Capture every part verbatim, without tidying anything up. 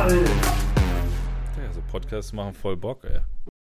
Fußball. Ja, so Podcasts machen voll Bock, ey.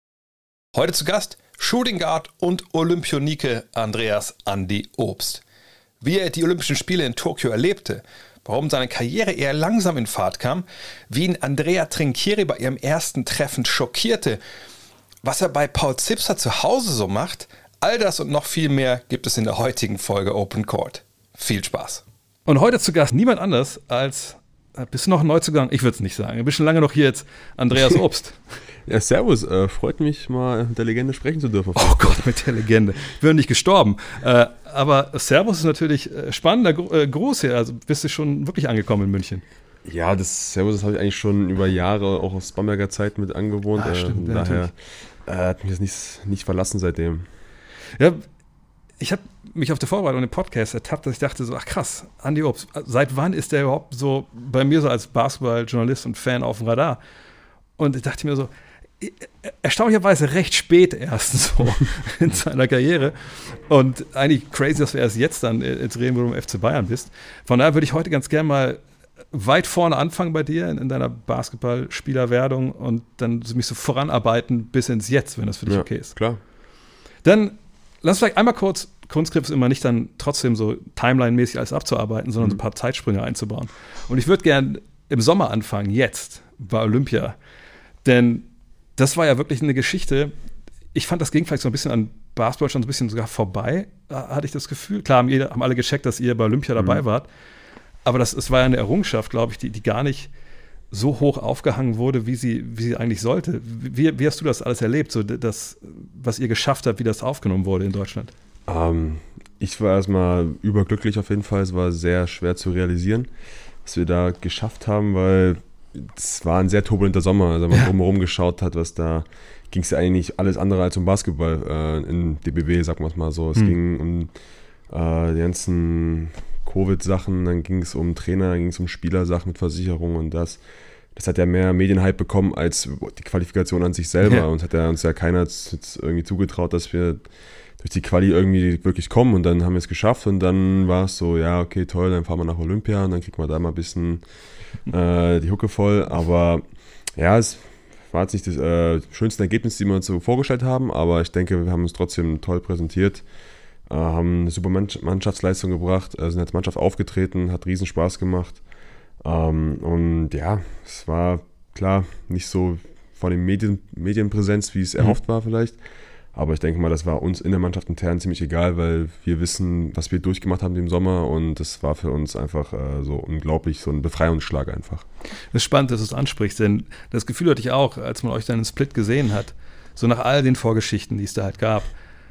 Heute zu Gast Shooting Guard und Olympionike Andreas Andi Obst. Wie er die Olympischen Spiele in Tokio erlebte, warum seine Karriere eher langsam in Fahrt kam, wie ihn Andrea Trinchieri bei ihrem ersten Treffen schockierte, was er bei Paul Zipser zu Hause so macht, all das und noch viel mehr gibt es in der heutigen Folge Open Court. Viel Spaß. Und heute zu Gast niemand anders als, bist du noch ein Neuzugang? Ich würde es nicht sagen. Du bist schon lange noch hier jetzt, Andreas Obst. Ja, servus. Äh, freut mich, mal mit der Legende sprechen zu dürfen. Oh Gott, mit der Legende. Ich bin nicht gestorben. Äh, aber Servus ist natürlich äh, spannender Gru- äh, Gruß hier. Also bist du schon wirklich angekommen in München? Ja, das Servus das habe ich eigentlich schon über Jahre auch aus Bamberger Zeit mit angewohnt. Ah, stimmt, äh, ja, daher äh, hat mich das nicht, nicht verlassen seitdem. Ja, ich habe mich auf der Vorbereitung im Podcast ertappt, dass ich dachte so, ach krass, Andi Obst, seit wann ist der überhaupt so bei mir so als Basketballjournalist und Fan auf dem Radar? Und ich dachte mir so, erstaunlicherweise recht spät erst so in seiner Karriere und eigentlich crazy, dass wir erst jetzt dann jetzt reden, wo du im F C Bayern bist. Von daher würde ich heute ganz gerne mal weit vorne anfangen bei dir in, in deiner Basketballspielerwerdung und dann mich so voranarbeiten bis ins Jetzt, wenn das für dich Ja, okay ist. klar. Dann lass vielleicht einmal kurz, Kunstgriff ist immer nicht dann trotzdem so Timeline-mäßig alles abzuarbeiten, sondern Mhm. so ein paar Zeitsprünge einzubauen. Und ich würde gern im Sommer anfangen, jetzt, bei Olympia. Denn das war ja wirklich eine Geschichte. Ich fand, das ging vielleicht so ein bisschen an Basketball schon so ein bisschen sogar vorbei, hatte ich das Gefühl. Klar, haben, jeder, haben alle gecheckt, dass ihr bei Olympia dabei Mhm. wart. Aber das, es war ja eine Errungenschaft, glaube ich, die, die gar nicht so hoch aufgehangen wurde, wie sie, wie sie eigentlich sollte. Wie, wie hast du das alles erlebt, so das, was ihr geschafft habt, wie das aufgenommen wurde in Deutschland? Ähm, ich war erstmal überglücklich auf jeden Fall. Es war sehr schwer zu realisieren, was wir da geschafft haben, weil es war ein sehr turbulenter Sommer. Also wenn man Ja. drumherum geschaut hat, was da ging es ja eigentlich alles andere als um Basketball äh, in D B B, sagen wir es mal so. Es Hm. ging um äh, die ganzen Covid-Sachen, dann ging es um Trainer, dann ging es um Spielersachen mit Versicherung und das. Das hat ja mehr Medienhype bekommen als die Qualifikation an sich selber. Ja. Und hat ja uns ja keiner jetzt irgendwie zugetraut, dass wir durch die Quali irgendwie wirklich kommen. Und dann haben wir es geschafft und dann war es so, ja, okay, toll, dann fahren wir nach Olympia und dann kriegt man da mal ein bisschen äh, die Hucke voll. Aber ja, es war jetzt nicht das äh, schönste Ergebnis, die wir uns so vorgestellt haben, aber ich denke, wir haben uns trotzdem toll präsentiert. Äh, haben eine super Mannschaftsleistung gebracht, äh, sind als Mannschaft aufgetreten, hat riesen Spaß gemacht. Ähm, und ja, es war klar nicht so von den Medien, Medienpräsenz, wie es erhofft war vielleicht. Aber ich denke mal, das war uns in der Mannschaft intern ziemlich egal, weil wir wissen, was wir durchgemacht haben im Sommer und das war für uns einfach äh, so unglaublich, so ein Befreiungsschlag einfach. Das ist spannend, dass du es ansprichst, denn das Gefühl hatte ich auch, als man euch dann im Split gesehen hat, so nach all den Vorgeschichten, die es da halt gab.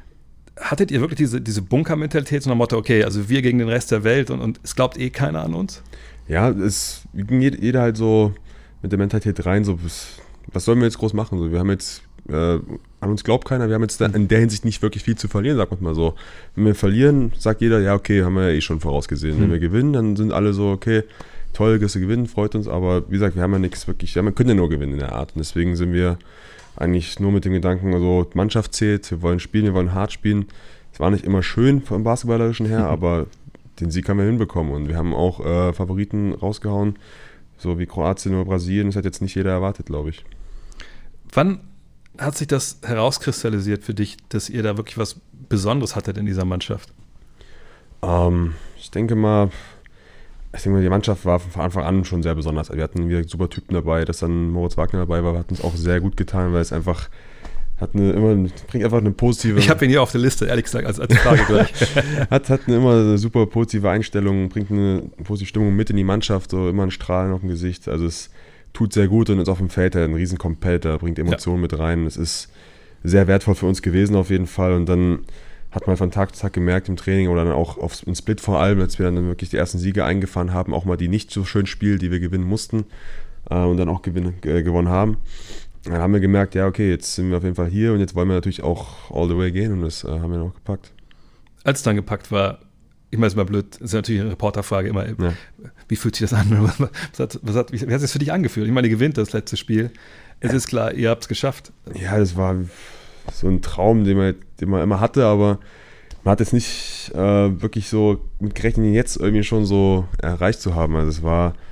Hattet ihr wirklich diese, diese Bunker-Mentalität, so nach dem Motto, okay, also wir gegen den Rest der Welt und, und es glaubt eh keiner an uns? Ja, es ging jeder halt so mit der Mentalität rein, so was, was sollen wir jetzt groß machen? So, wir haben jetzt, äh, an uns glaubt keiner, wir haben jetzt da in der Hinsicht nicht wirklich viel zu verlieren, sagt man mal so. Wenn wir verlieren, sagt jeder, ja okay, haben wir ja eh schon vorausgesehen. Mhm. Wenn wir gewinnen, dann sind alle so, okay, toll, dass wir gewinnen, freut uns, aber wie gesagt, wir haben ja nichts wirklich, wir können ja nur gewinnen in der Art und deswegen sind wir eigentlich nur mit dem Gedanken, also Mannschaft zählt, wir wollen spielen, wir wollen hart spielen. Es war nicht immer schön vom Basketballerischen her, mhm. aber den Sieg haben wir hinbekommen und wir haben auch äh, Favoriten rausgehauen, so wie Kroatien oder Brasilien. Das hat jetzt nicht jeder erwartet, glaube ich. Wann hat sich das herauskristallisiert für dich, dass ihr da wirklich was Besonderes hattet in dieser Mannschaft? Ähm, ich denke mal, ich denke mal, die Mannschaft war von Anfang an schon sehr besonders. Wir hatten wieder super Typen dabei, dass dann Moritz Wagner dabei war, hat uns auch sehr gut getan, weil es einfach hat eine, immer, bringt einfach eine positive... Ich habe ihn hier auf der Liste, ehrlich gesagt, als, als Frage gleich. hat, hat eine immer eine super positive Einstellung, bringt eine positive Stimmung mit in die Mannschaft, so immer ein Strahlen auf dem Gesicht. Also es tut sehr gut und ist auf dem Feld ein riesen Competitor, bringt Emotionen ja. mit rein. Es ist sehr wertvoll für uns gewesen auf jeden Fall und dann hat man von Tag zu Tag gemerkt im Training oder dann auch auf, im Split vor allem, als wir dann wirklich die ersten Siege eingefahren haben, auch mal die nicht so schönen Spiele, die wir gewinnen mussten äh, und dann auch gewinn, äh, gewonnen haben. Dann haben wir gemerkt, ja okay, jetzt sind wir auf jeden Fall hier und jetzt wollen wir natürlich auch all the way gehen und das äh, haben wir noch gepackt. Als es dann gepackt war, ich meine, es ist mal blöd, das ist natürlich eine Reporterfrage immer, ja. Wie fühlt sich das an? Was, was hat, was hat, wie hat es für dich angefühlt? Ich meine, ihr gewinnt das letzte Spiel. Es ist klar, ihr habt es geschafft. Ja, das war so ein Traum, den man, den man immer hatte, aber man hat jetzt nicht äh, wirklich so mit gerechnet, ihn jetzt irgendwie schon so erreicht zu haben. Also es war,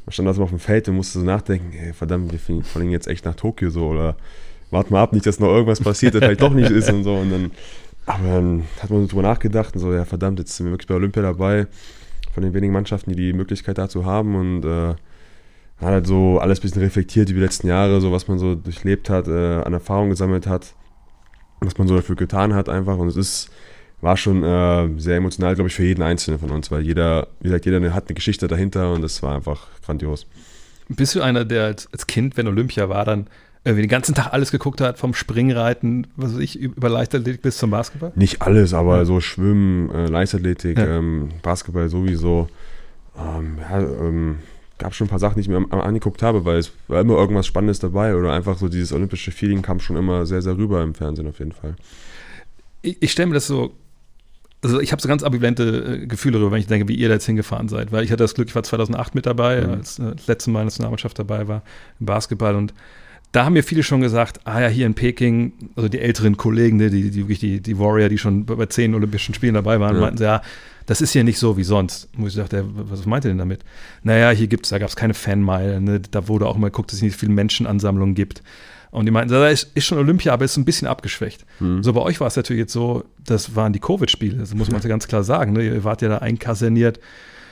man stand also auf dem Feld und musste so nachdenken, ey, verdammt, wir fliegen jetzt echt nach Tokio so oder warten mal ab, nicht, dass noch irgendwas passiert, das vielleicht doch nicht ist und so. Und dann, aber dann hat man so drüber nachgedacht und so, ja verdammt, jetzt sind wir wirklich bei Olympia dabei, von den wenigen Mannschaften, die die Möglichkeit dazu haben und äh, hat halt so alles ein bisschen reflektiert über die letzten Jahre, so was man so durchlebt hat, äh, an Erfahrung gesammelt hat, was man so dafür getan hat einfach und es ist, war schon äh, sehr emotional, glaube ich, für jeden Einzelnen von uns, weil jeder, wie gesagt, jeder hat eine Geschichte dahinter und das war einfach grandios. Bist du einer, der als, als Kind, wenn Olympia war, dann irgendwie den ganzen Tag alles geguckt hat, vom Springreiten, was weiß ich, über Leichtathletik bis zum Basketball? Nicht alles, aber ja. so Schwimmen, äh, Leichtathletik, ja. ähm, Basketball sowieso. Ähm, ja, ähm, gab schon ein paar Sachen, die ich mir am, am angeguckt habe, weil es war immer irgendwas Spannendes dabei oder einfach so dieses olympische Feeling kam schon immer sehr, sehr rüber im Fernsehen auf jeden Fall. Ich, ich stelle mir das so, also ich habe so ganz ambivalente äh, Gefühle darüber, wenn ich denke, wie ihr da jetzt hingefahren seid, weil ich hatte das Glück, ich war zweitausendacht mit dabei, mhm. als äh, das letzte Mal Nationalmannschaft dabei war im Basketball und da haben mir viele schon gesagt, ah ja, hier in Peking, also die älteren Kollegen, die, die, die wirklich die, die Warrior, die schon bei zehn Olympischen Spielen dabei waren, ja. meinten, ja, das ist hier nicht so wie sonst. Wo ich dachte, ja, was meint ihr denn damit? Naja, hier gibt's, da gab es keine Fanmeile, ne? Da wurde auch immer geguckt, dass es nicht viele Menschenansammlungen gibt. Und die meinten, da ist, ist schon Olympia, aber ist ein bisschen abgeschwächt. Mhm. So bei euch war es natürlich jetzt so, das waren die Covid-Spiele, das muss man ja ganz klar sagen. Ne? Ihr wart ja da einkaserniert.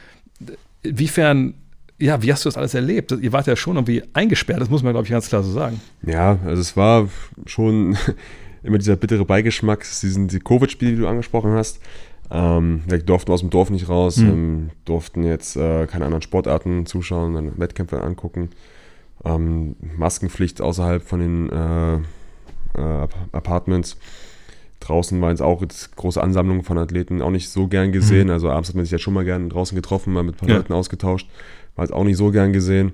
Inwiefern, ja, wie hast du das alles erlebt? Ihr wart ja schon irgendwie eingesperrt, das muss man, glaube ich, ganz klar so sagen. Ja, also es war schon immer dieser bittere Beigeschmack, diesen die Covid-Spiele, die du angesprochen hast. Ähm, wir durften aus dem Dorf nicht raus, mhm. ähm, durften jetzt äh, keine anderen Sportarten zuschauen, dann Wettkämpfe angucken. Ähm, Maskenpflicht außerhalb von den äh, äh, Apartments. Draußen waren es auch jetzt große Ansammlungen von Athleten, auch nicht so gern gesehen. Mhm. Also abends hat man sich ja schon mal gern draußen getroffen, mal mit ein paar ja. Leuten ausgetauscht. War jetzt auch nicht so gern gesehen.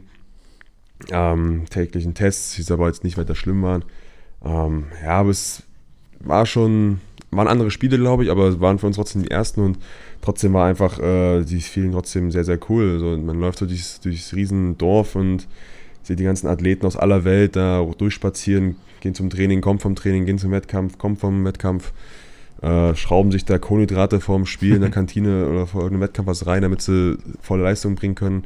Ähm, täglichen Tests, die aber jetzt nicht weiter schlimm waren. Ähm, ja, aber es war schon, waren andere Spiele, glaube ich, aber es waren für uns trotzdem die ersten und trotzdem war einfach, äh, die fielen trotzdem sehr, sehr cool. Also man läuft so durchs, durchs riesen Dorf und sieht die ganzen Athleten aus aller Welt da durchspazieren, gehen zum Training, kommen vom Training, gehen zum Wettkampf, kommen vom Wettkampf, äh, schrauben sich da Kohlenhydrate vorm Spiel in der Kantine oder vor irgendeinem Wettkampf was rein, damit sie volle Leistung bringen können.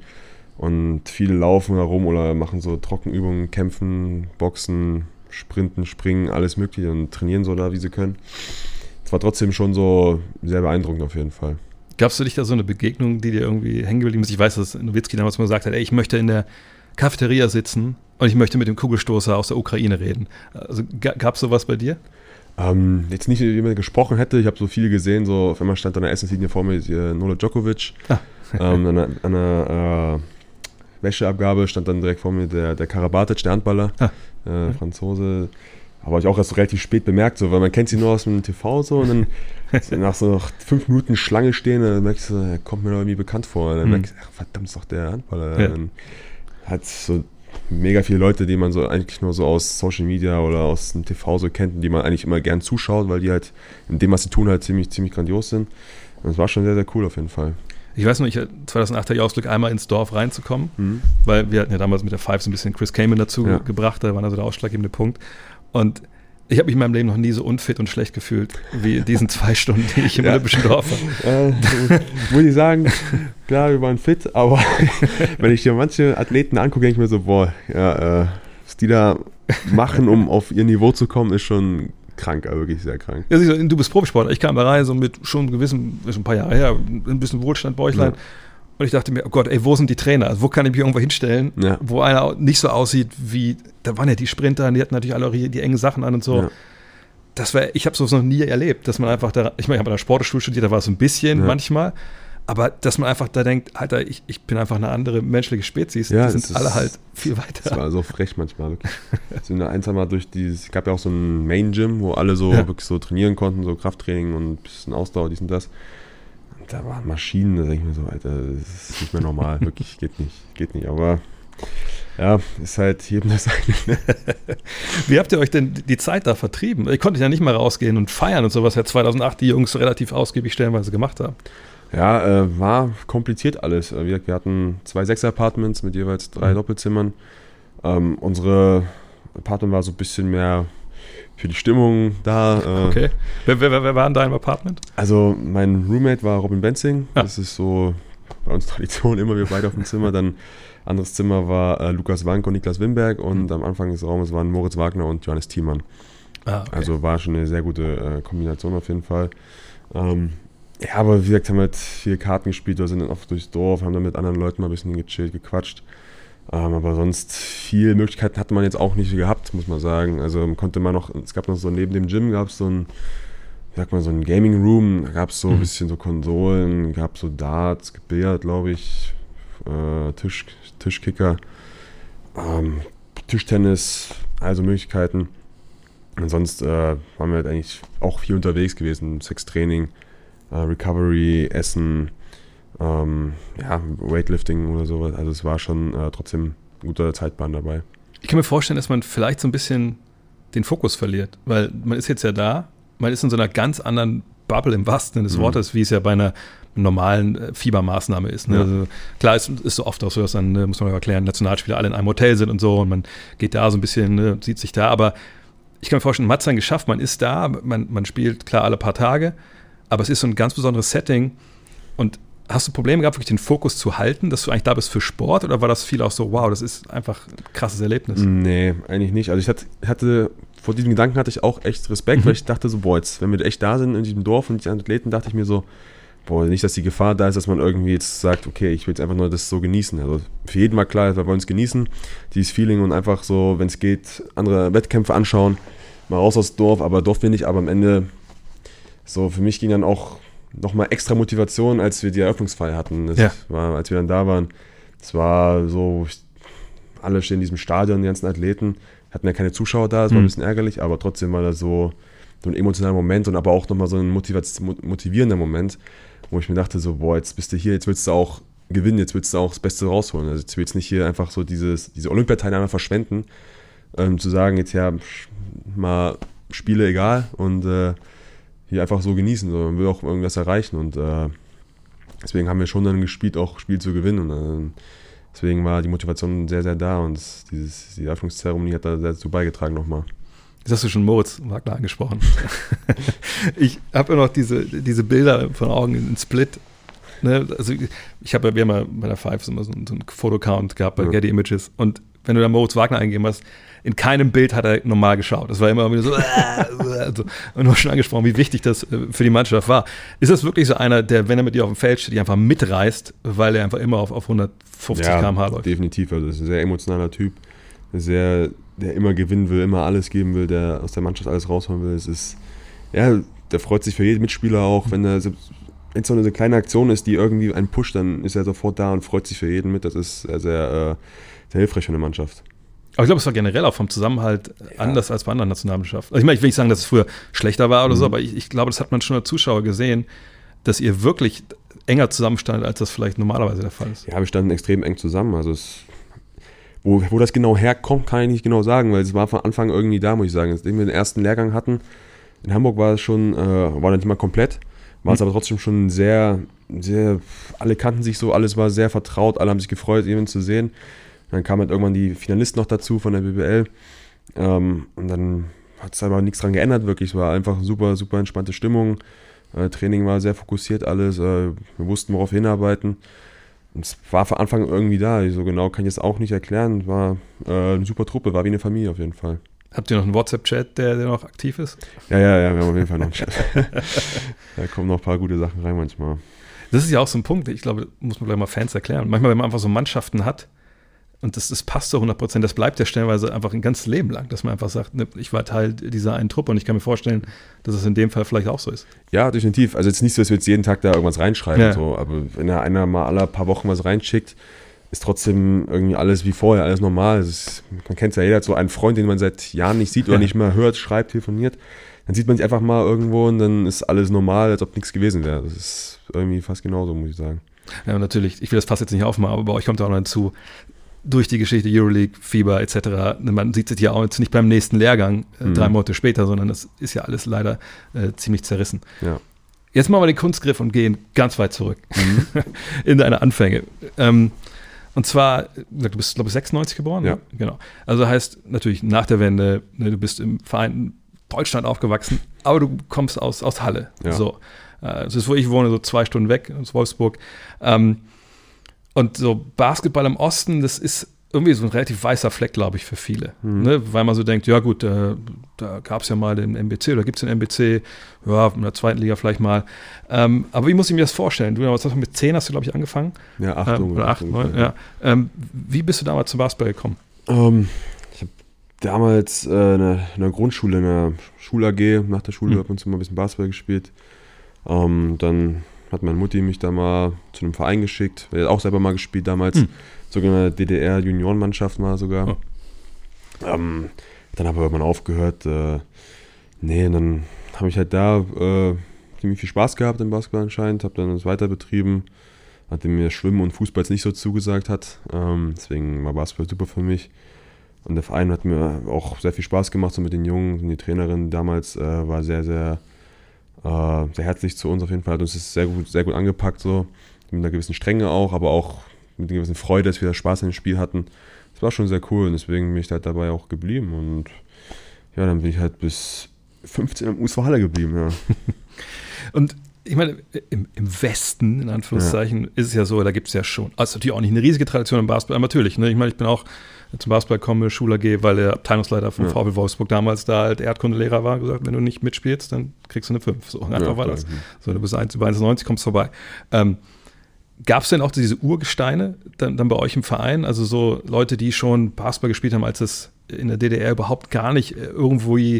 Und viele laufen herum oder machen so Trockenübungen, kämpfen, boxen, sprinten, springen, alles mögliche und trainieren so da, wie sie können. Es war trotzdem schon so sehr beeindruckend auf jeden Fall. Gab es für dich da so eine Begegnung, die dir irgendwie hängen geblieben ist? Ich weiß, dass Nowitzki damals mal gesagt hat, ey, ich möchte in der Cafeteria sitzen und ich möchte mit dem Kugelstoßer aus der Ukraine reden. Also gab es sowas bei dir? Ähm, jetzt nicht, wie jemand gesprochen hätte. Ich habe so viele gesehen. So auf einmal stand an der Essenslinie vor mir äh, Novak Djokovic. Ah. ähm, an der, an der äh, Wäscheabgabe stand dann direkt vor mir der, der Karabatic, der Handballer, ah. äh, Franzose. Aber ich auch erst so relativ spät bemerkt, so, weil man kennt sie nur aus dem T V so und dann so nach so fünf Minuten Schlange stehen, dann merkst du, er kommt mir doch irgendwie bekannt vor. Und dann mhm. merkst du, ach, verdammt, ist doch der Handballer. Ja. Dann hat so mega viele Leute, die man so eigentlich nur so aus Social Media oder aus dem T V so kennt und die man eigentlich immer gern zuschaut, weil die halt in dem, was sie tun, halt ziemlich, ziemlich grandios sind. Und es war schon sehr, sehr cool auf jeden Fall. Ich weiß noch, ich zweitausendacht hatte ich auch das Glück, einmal ins Dorf reinzukommen, mhm. weil wir hatten ja damals mit der Five so ein bisschen Chris Kamen dazu ja. gebracht, da war also der ausschlaggebende Punkt. Und ich habe mich in meinem Leben noch nie so unfit und schlecht gefühlt wie diesen zwei Stunden, die ich im ja. Olympischen Dorf war. Äh, muss ich sagen, klar, wir waren fit, aber wenn ich dir manche Athleten angucke, denke ich mir so, boah, ja, äh, was die da machen, um auf ihr Niveau zu kommen, ist schon krank, also wirklich sehr krank. Ja, du bist Profisportler, ich kam da rein, so mit schon gewissen, schon ein paar Jahre her, ein bisschen Wohlstand, Bäuchlein. Ja. Und ich dachte mir, oh Gott, ey, wo sind die Trainer? Also wo kann ich mich irgendwo hinstellen, ja. wo einer nicht so aussieht wie, da waren ja die Sprinter, die hatten natürlich alle die, die engen Sachen an und so. Ja. Das war, ich habe sowas noch nie erlebt, dass man einfach da, ich meine, ich habe an der Sportschule studiert, da war es so ein bisschen ja. manchmal, aber dass man einfach da denkt, Alter, ich, ich bin einfach eine andere menschliche Spezies, ja, die sind ist, alle halt viel weiter. Das war so frech manchmal, wirklich. Sind da einsam mal durch dieses, es gab ja auch so ein Main-Gym, wo alle so ja. wirklich so trainieren konnten, so Krafttraining und ein bisschen Ausdauer, dies und das. Da waren Maschinen, da denke ich mir so, Alter, das ist nicht mehr normal, wirklich, geht nicht, geht nicht, aber ja, ist halt jedem das eigene. Wie habt ihr euch denn die Zeit da vertrieben? Ihr konntet ja nicht mal rausgehen und feiern und sowas, ja zweitausendacht die Jungs relativ ausgiebig stellenweise gemacht haben. Ja, äh, war kompliziert alles. Wir, wir hatten zwei Sechser-Apartments mit jeweils drei mhm. Doppelzimmern. Ähm, unsere Apartment war so ein bisschen mehr für die Stimmung da. Okay. Wer, wer, wer war in deinem Apartment? Also mein Roommate war Robin Benzing. Ja. Das ist so bei uns Tradition, immer wir beide auf dem Zimmer. Dann anderes Zimmer war äh, Lukas Wank und Niklas Wimberg und mhm. am Anfang des Raumes waren Moritz Wagner und Johannes Thiemann. Ah, okay. Also war schon eine sehr gute äh, Kombination auf jeden Fall. Ähm, ja, aber wie gesagt, haben halt viele Karten gespielt, wir sind dann oft durchs Dorf, haben dann mit anderen Leuten mal ein bisschen gechillt, gequatscht. Ähm, aber sonst viele Möglichkeiten hatte man jetzt auch nicht gehabt, muss man sagen. Also konnte man noch, es gab noch so neben dem Gym gab es so ein, wie sagt man, so ein Gaming Room, da gab es so ein mhm. bisschen so Konsolen, gab so Darts, Billard, glaube ich, äh, Tisch, Tischkicker, ähm, Tischtennis, also Möglichkeiten. Und sonst äh, waren wir halt eigentlich auch viel unterwegs gewesen, Sextraining, äh, Recovery, Essen, ähm, ja, Weightlifting oder sowas. Also es war schon äh, trotzdem ein guter Zeitplan dabei. Ich kann mir vorstellen, dass man vielleicht so ein bisschen den Fokus verliert, weil man ist jetzt ja da, man ist in so einer ganz anderen Bubble im wahrsten Sinne des mhm. Wortes, wie es ja bei einer normalen Fiebermaßnahme ist. Ne? Ja. Also klar, es ist so oft auch so, dass dann, ne, muss man erklären, Nationalspieler alle in einem Hotel sind und so und man geht da so ein bisschen, ne, sieht sich da, aber ich kann mir vorstellen, man hat es dann geschafft, man ist da, man, man spielt klar alle paar Tage, aber es ist so ein ganz besonderes Setting. Und hast du Probleme gehabt, wirklich den Fokus zu halten, dass du eigentlich da bist für Sport, oder war das viel auch so, wow, das ist einfach ein krasses Erlebnis? Nee, eigentlich nicht. Also ich hatte, hatte vor diesem Gedanken hatte ich auch echt Respekt, mhm. weil ich dachte so, boah, jetzt, wenn wir echt da sind in diesem Dorf und die Athleten, dachte ich mir so, boah, nicht, dass die Gefahr da ist, dass man irgendwie jetzt sagt, okay, ich will jetzt einfach nur das so genießen. Also für jeden mal klar, wir wollen es genießen, dieses Feeling und einfach so, wenn es geht, andere Wettkämpfe anschauen, mal raus aus dem Dorf, aber Dorf will nicht, aber am Ende, so für mich ging dann auch nochmal extra Motivation, als wir die Eröffnungsfeier hatten. Das ja. war, als wir dann da waren, es war so, alle stehen in diesem Stadion, die ganzen Athleten, hatten ja keine Zuschauer da, das war mhm. ein bisschen ärgerlich, aber trotzdem war das so, so ein emotionaler Moment und aber auch nochmal so ein motivierender Moment, wo ich mir dachte so, boah, jetzt bist du hier, jetzt willst du auch gewinnen, jetzt willst du auch das Beste rausholen. Also jetzt willst du nicht hier einfach so dieses, diese Olympiateilnahme verschwenden, ähm, zu sagen, jetzt ja, mal Spiele egal und äh, hier einfach so genießen, so, man will auch irgendwas erreichen und äh, deswegen haben wir schon dann gespielt, auch Spiel zu gewinnen und äh, deswegen war die Motivation sehr, sehr da und dieses, die Eröffnungszeremonie hat da sehr dazu beigetragen nochmal. Jetzt hast du schon Moritz Wagner angesprochen. Ich habe ja noch diese, diese Bilder von Augen in Split. Ne? Also ich habe ja, wir haben ja bei der Five immer so einen, so einen Fotocount gehabt bei ja. Getty Images und wenn du da Moritz Wagner eingegeben hast, in keinem Bild hat er normal geschaut. Das war immer wieder so, äh, so. Und du hast schon angesprochen, wie wichtig das für die Mannschaft war. Ist das wirklich so einer, der, wenn er mit dir auf dem Feld steht, die einfach mitreißt, weil er einfach immer auf, auf hundertfünfzig ja, Kilometer pro Stunde läuft? Definitiv. Also das ist ein sehr emotionaler Typ, sehr, der immer gewinnen will, immer alles geben will, der aus der Mannschaft alles rausholen will. Es ist, ja, der freut sich für jeden Mitspieler auch, wenn er, wenn es so eine kleine Aktion ist, die irgendwie einen pusht, dann ist er sofort da und freut sich für jeden mit. Das ist sehr, sehr, sehr hilfreich für eine Mannschaft. Aber ich glaube, es war generell auch vom Zusammenhalt ja. anders als bei anderen Nationalmannschaften. Also ich meine, ich will nicht sagen, dass es früher schlechter war oder mhm. so, aber ich, ich glaube, das hat man schon als Zuschauer gesehen, dass ihr wirklich enger zusammenstandet, als das vielleicht normalerweise der Fall ist. Ja, wir standen extrem eng zusammen. Also es, wo, wo das genau herkommt, kann ich nicht genau sagen, weil es war von Anfang irgendwie da, muss ich sagen. Nachdem wir den ersten Lehrgang hatten, in Hamburg war es schon, äh, war dann nicht mal komplett, war es mhm. aber trotzdem schon sehr, sehr, alle kannten sich so, alles war sehr vertraut, alle haben sich gefreut, jemanden zu sehen. Dann kamen halt irgendwann die Finalisten noch dazu von der B B L. Ähm, und dann hat es aber nichts dran geändert, wirklich. Es war einfach super, super entspannte Stimmung. Äh, Training war sehr fokussiert, alles. Äh, wir wussten, worauf wir hinarbeiten. Und es war von Anfang irgendwie da. So genau kann ich es auch nicht erklären. Es war äh, eine super Truppe, war wie eine Familie auf jeden Fall. Habt ihr noch einen WhatsApp-Chat, der, der noch aktiv ist? Ja, ja, ja, wir haben auf jeden Fall noch einen Chat. Da kommen noch ein paar gute Sachen rein manchmal. Das ist ja auch so ein Punkt, ich glaube, muss man gleich mal Fans erklären. Manchmal, wenn man einfach so Mannschaften hat, und das, das passt zu hundert Prozent, das bleibt ja stellenweise einfach ein ganzes Leben lang, dass man einfach sagt, ne, ich war Teil dieser einen Truppe und ich kann mir vorstellen, dass es in dem Fall vielleicht auch so ist. Ja, definitiv. Also jetzt nicht so, dass wir jetzt jeden Tag da irgendwas reinschreiben, ja. so, aber wenn ja einer mal alle paar Wochen was reinschickt, ist trotzdem irgendwie alles wie vorher, alles normal. Ist, man kennt es ja, jeder hat so einen Freund, den man seit Jahren nicht sieht oder ja. nicht mehr hört, schreibt, telefoniert. Dann sieht man sich einfach mal irgendwo und dann ist alles normal, als ob nichts gewesen wäre. Das ist irgendwie fast genauso, muss ich sagen. Ja, natürlich. Ich will das Fass jetzt nicht aufmachen, aber bei euch kommt auch noch hinzu, durch die Geschichte Euroleague, Fieber et cetera. Man sieht es ja auch jetzt nicht beim nächsten Lehrgang, äh, mhm. drei Monate später, sondern das ist ja alles leider äh, ziemlich zerrissen. Ja. Jetzt machen wir den Kunstgriff und gehen ganz weit zurück mhm. in deine Anfänge. Ähm, und zwar, du bist, glaube ich, sechsundneunzig geboren? Ja. Ne? Genau. Also heißt natürlich nach der Wende, ne, du bist im Vereinten Deutschland aufgewachsen, aber du kommst aus, aus Halle. Ja. So. Äh, das ist, wo ich wohne, so zwei Stunden weg, aus Wolfsburg. Ähm, Und so Basketball im Osten, das ist irgendwie so ein relativ weißer Fleck, glaube ich, für viele. Mhm. Ne? Weil man so denkt, ja gut, äh, da gab es ja mal den N B C oder gibt es den N B C, ja, in der zweiten Liga vielleicht mal. Ähm, aber wie muss ich mir das vorstellen? Du was hast du mit zehn hast du, glaube ich, angefangen? Ja, acht ähm, oder acht, neun, ja. Ähm, wie bist du damals zum Basketball gekommen? Ähm, ich habe damals äh, in, der, in der Grundschule, in der Schul-A G, nach der Schule Mhm. ab und zu mal ein bisschen Basketball gespielt. Ähm, dann hat meine Mutti mich da mal zu einem Verein geschickt. Er hat auch selber mal gespielt damals. Mhm. Sogar in der D D R-Juniorenmannschaft mal sogar. Oh. Ähm, dann habe ich irgendwann aufgehört. Äh, nee, und dann habe ich halt da äh, ziemlich viel Spaß gehabt im Basketball anscheinend. Habe dann das weiter betrieben. Nachdem mir Schwimmen und Fußball jetzt nicht so zugesagt hat. Ähm, deswegen war Basketball super für mich. Und der Verein hat mir auch sehr viel Spaß gemacht, so mit den Jungen. Und die Trainerin damals äh, war sehr, sehr, äh, sehr herzlich zu uns auf jeden Fall. Hat uns das sehr gut, sehr gut angepackt, so. Mit einer gewissen Strenge auch, aber auch mit einer gewissen Freude, dass wir da Spaß in dem Spiel hatten. Das war schon sehr cool und deswegen bin ich halt dabei auch geblieben. Und ja, dann bin ich halt bis fünfzehn am U S V Halle geblieben, ja. Und ich meine, im, im Westen, in Anführungszeichen, ja. ist es ja so, da gibt es ja schon, also natürlich auch nicht eine riesige Tradition im Basketball, aber natürlich, ne? Ich meine, ich bin auch zum Basketball komme, Schul-A G, weil der Abteilungsleiter vom ja. VfL Wolfsburg damals da halt Erdkundelehrer war, gesagt, wenn du nicht mitspielst, dann kriegst du eine fünf. So, einfach ja, war das. So, du bist eins über eins Komma neunzig, kommst vorbei. Ähm, Gab es denn auch diese Urgesteine dann, dann bei euch im Verein? Also so Leute, die schon Basketball gespielt haben, als es in der D D R überhaupt gar nicht irgendwo, ja,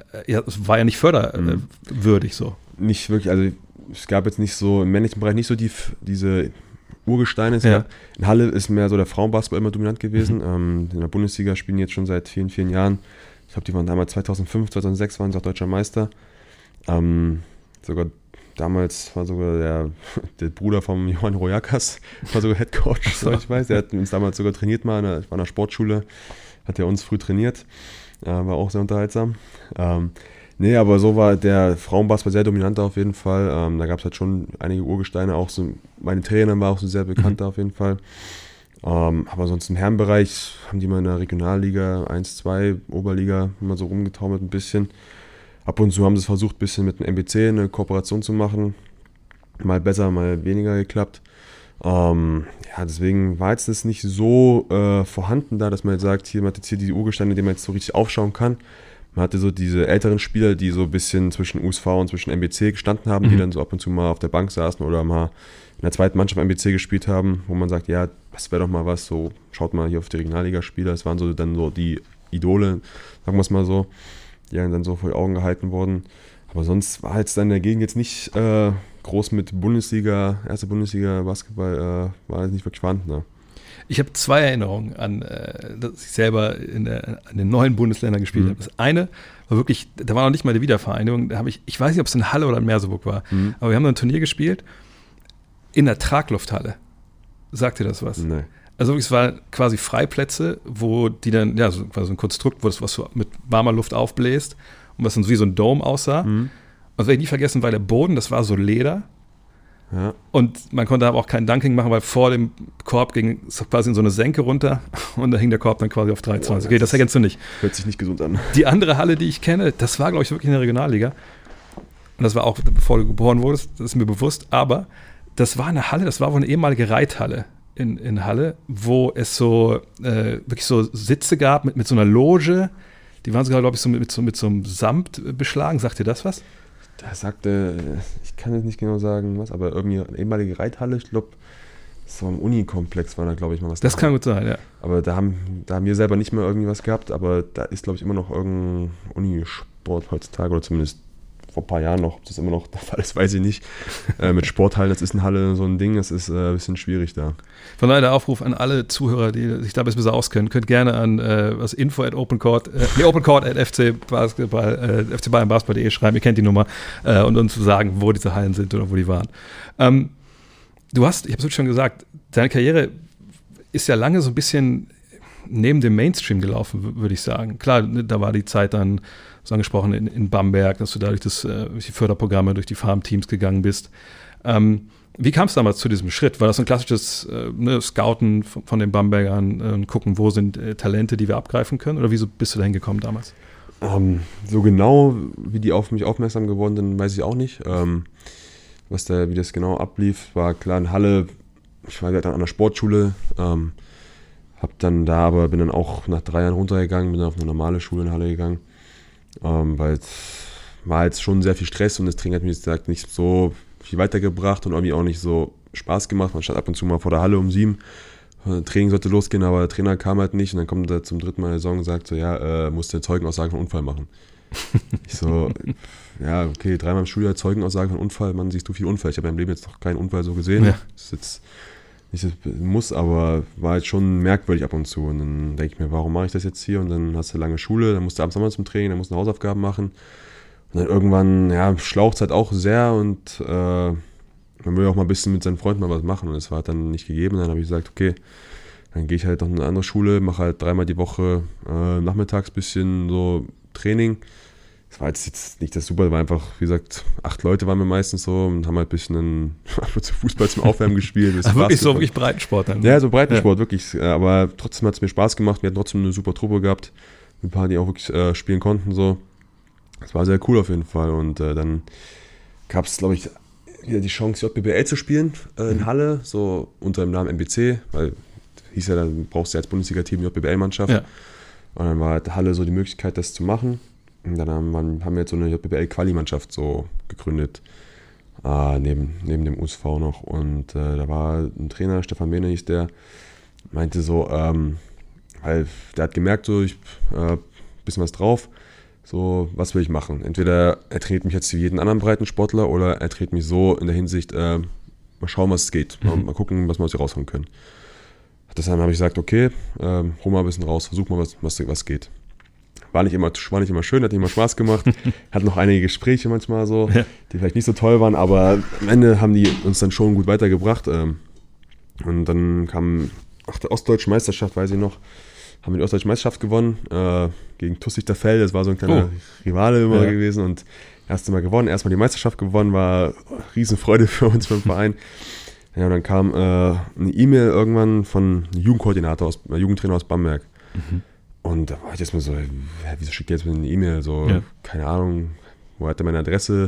es war ja nicht förderwürdig so. Nicht wirklich, also es gab jetzt nicht so, im männlichen Bereich nicht so die, diese Urgesteine. Es ja. gab, in Halle ist mehr so der Frauenbasketball immer dominant gewesen. Mhm. Ähm, in der Bundesliga spielen jetzt schon seit vielen, vielen Jahren. Ich glaube, die waren damals zweitausendfünf, zweitausendsechs waren sie auch deutscher Meister. Ähm, sogar damals war sogar der, der Bruder von Johann Royakas, war sogar Headcoach, so ich weiß. Der hat uns damals sogar trainiert mal, ich war in der Sportschule, hat er uns früh trainiert, äh, war auch sehr unterhaltsam. Ähm, nee, aber so war der Frauenbasketball sehr dominant auf jeden Fall. Ähm, da gab es halt schon einige Urgesteine, auch so, meine Trainerin war auch so sehr bekannt mhm. auf jeden Fall. Ähm, aber sonst im Herrenbereich haben die mal in der Regionalliga eins, zwei, Oberliga immer so rumgetaumelt ein bisschen. Ab und zu haben sie es versucht, ein bisschen mit dem N B C eine Kooperation zu machen. Mal besser, mal weniger geklappt. Ähm, ja, deswegen war jetzt das nicht so äh, vorhanden da, dass man jetzt sagt, hier, man hat jetzt hier die Urgesteine, die man jetzt so richtig aufschauen kann. Man hatte so diese älteren Spieler, die so ein bisschen zwischen U S V und zwischen N B C gestanden haben, mhm. die dann so ab und zu mal auf der Bank saßen oder mal in der zweiten Mannschaft N B C gespielt haben, wo man sagt, ja, das wäre doch mal was, so schaut mal hier auf die Regionalligaspieler. Das waren so dann so die Idole, sagen wir es mal so, die dann so vor die Augen gehalten wurden. Aber sonst war jetzt dann in der Gegend jetzt nicht äh, groß mit Bundesliga, erste Bundesliga Basketball, äh, war jetzt nicht wirklich vorhanden. Ne? Ich habe zwei Erinnerungen an, äh, dass ich selber in, der, in den neuen Bundesländern gespielt mhm. habe. Das eine war wirklich, da war noch nicht mal die Wiedervereinigung, da habe ich, ich weiß nicht, ob es in Halle oder in Merseburg war, mhm. aber wir haben da ein Turnier gespielt in der Traglufthalle. Sagt dir das was? Nee. Also es waren quasi Freiplätze, wo die dann, ja, so quasi so ein Konstrukt, wo das was mit warmer Luft aufbläst und was dann so wie so ein Dome aussah. Mhm. Und das werde ich nie vergessen, weil der Boden, das war so Leder. Ja. Und man konnte aber auch kein Dunking machen, weil vor dem Korb ging es quasi in so eine Senke runter und da hing der Korb dann quasi auf dreiundzwanzig. Okay, das erkennst du nicht. Hört sich nicht gesund an. Die andere Halle, die ich kenne, das war, glaube ich, wirklich in der Regionalliga. Und das war auch, bevor du geboren wurdest, das ist mir bewusst. Aber das war eine Halle, das war wohl eine ehemalige Reithalle. In, in Halle, wo es so äh, wirklich so Sitze gab mit, mit so einer Loge. Die waren sogar, glaube ich, so mit, mit, so, mit so einem Samt beschlagen. Sagt dir das was? Da sagte, ich kann jetzt nicht genau sagen, was, aber irgendwie eine ehemalige Reithalle, ich glaube, so im Unikomplex war da, glaube ich, mal was. Das da kann gut sein, ja. Aber da haben, da haben wir selber nicht mehr irgendwie was gehabt, aber da ist, glaube ich, immer noch irgendein Unisport heutzutage oder zumindest vor ein paar Jahren noch, ob das immer noch der Fall ist, weiß ich nicht. äh, mit Sporthallen, das ist in Halle so ein Ding, das ist äh, ein bisschen schwierig da. Von daher der Aufruf an alle Zuhörer, die sich da ein bisschen besser auskennen, könnt gerne an äh, was info at opencourt, äh, nee, opencourt at fcbasketball, äh, fcbayernbasketball punkt de schreiben, ihr kennt die Nummer, äh, und uns sagen, wo diese Hallen sind oder wo die waren. Ähm, du hast, ich habe es schon gesagt, deine Karriere ist ja lange so ein bisschen neben dem Mainstream gelaufen, würde ich sagen. Klar, da war die Zeit dann, so angesprochen, in, in Bamberg, dass du da durch, das, äh, durch die Förderprogramme, durch die Farmteams gegangen bist. Ähm, wie kam es damals zu diesem Schritt? War das ein klassisches äh, ne, Scouten von, von den Bambergern äh, und gucken, wo sind äh, Talente, die wir abgreifen können? Oder wieso bist du da hingekommen damals? Ähm, so genau, wie die auf mich aufmerksam geworden sind, weiß ich auch nicht. Ähm, was da, wie das genau ablief, war klar in Halle, ich war halt an der Sportschule, ähm, hab dann da, aber bin dann auch nach drei Jahren runtergegangen, bin dann auf eine normale Schule in Halle gegangen, ähm, weil es war jetzt schon sehr viel Stress und das Training hat mir jetzt gesagt, nicht so viel weitergebracht und irgendwie auch nicht so Spaß gemacht. Man stand ab und zu mal vor der Halle um sieben, Training sollte losgehen, aber der Trainer kam halt nicht und dann kommt er zum dritten Mal in der Saison und sagt so, ja, äh, musst du eine Zeugenaussage von Unfall machen. Ich so, ja, okay, dreimal im Schuljahr Zeugenaussage von Unfall, Mann, siehst du viel Unfall. Ich habe in meinem Leben jetzt noch keinen Unfall so gesehen. Ja. Das ist jetzt nicht das muss, aber war halt schon merkwürdig ab und zu. Und dann denke ich mir, warum mache ich das jetzt hier? Und dann hast du lange Schule, dann musst du abends nochmal zum Training, dann musst du Hausaufgaben machen. Und dann irgendwann, ja, schlaucht es halt auch sehr und äh, man will auch mal ein bisschen mit seinen Freunden mal was machen. Und das war halt dann nicht gegeben. Dann habe ich gesagt, okay, dann gehe ich halt noch in eine andere Schule, mache halt dreimal die Woche äh, nachmittags ein bisschen so Training. Das war jetzt, jetzt nicht das super, das war einfach, wie gesagt, acht Leute waren wir meistens so und haben halt ein bisschen Fußball zum Aufwärmen gespielt. Ach, wirklich so, wirklich Breitensport dann? Ja, so Breitensport, ja. Wirklich. Aber trotzdem hat es mir Spaß gemacht. Wir hatten trotzdem eine super Truppe gehabt. Ein paar, die auch wirklich äh, spielen konnten. So. Das war sehr cool auf jeden Fall. Und äh, dann gab es, glaube ich, wieder die Chance, J B B L zu spielen äh, in mhm. Halle, so unter dem Namen M B C, weil hieß ja, dann brauchst du ja als Bundesliga-Team J B B L-Mannschaft. Ja. Und dann war halt Halle so die Möglichkeit, das zu machen. Und dann haben, haben wir jetzt so eine J B B L-Quali-Mannschaft so gegründet, äh, neben, neben dem U S V noch. Und äh, da war ein Trainer, Stefan Mehne hieß der, meinte so, ähm, weil der hat gemerkt, so, ich äh, bisschen was drauf, so, was will ich machen? Entweder er trainiert mich jetzt wie jeden anderen Breitensportler oder er trainiert mich so in der Hinsicht, äh, mal schauen, was es geht, mhm. mal, mal gucken, was wir aus hier rausholen können. Deshalb habe ich gesagt, okay, ähm, hol mal ein bisschen raus, versuch mal, was, was, was geht. War nicht, immer, war nicht immer schön, hat nicht immer Spaß gemacht. Hat noch einige Gespräche manchmal so, ja. die vielleicht nicht so toll waren, aber am Ende haben die uns dann schon gut weitergebracht. Ähm, und dann kam ach, der Ostdeutsche Meisterschaft, weiß ich noch, haben wir die Ostdeutsche Meisterschaft gewonnen äh, gegen TuS Lichterfelde. Das war so ein kleiner oh. Rivale immer ja. gewesen und erste Mal gewonnen. Erstmal die Meisterschaft gewonnen, war Riesenfreude für uns beim Verein. Ja, und dann kam äh, eine E-Mail irgendwann von einem Jugendkoordinator, aus, äh, Jugendtrainer aus Bamberg. Mhm. Und da war ich jetzt mal so, hä, wieso schickt ihr jetzt mir eine E-Mail? So, ja. keine Ahnung, wo hat er meine Adresse?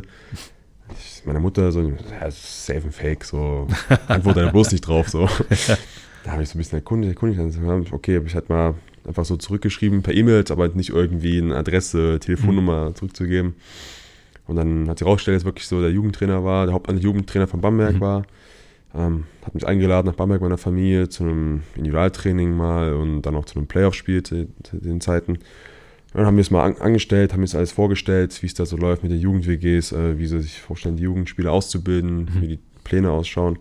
Ich, meine Mutter so, ja, safe and fake, so, antworte da bloß nicht drauf. So. Ja. Da habe ich so ein bisschen erkundigt, erkundigt. Dann, okay, habe ich halt mal einfach so zurückgeschrieben per E-Mail, aber nicht irgendwie eine Adresse, Telefonnummer mhm. zurückzugeben. Und dann hat sie rausgestellt, dass wirklich so der Jugendtrainer war, der Hauptjugendtrainer von Bamberg mhm. war. Ähm, hat mich eingeladen nach Bamberg meiner Familie zu einem Individualtraining mal und dann auch zu einem Playoff-Spiel zu den Zeiten. Und dann haben wir es mal an, angestellt, haben mir das alles vorgestellt, wie es da so läuft mit den Jugend-W Gs, äh, wie sie sich vorstellen, die Jugendspieler auszubilden, mhm. wie die Pläne ausschauen.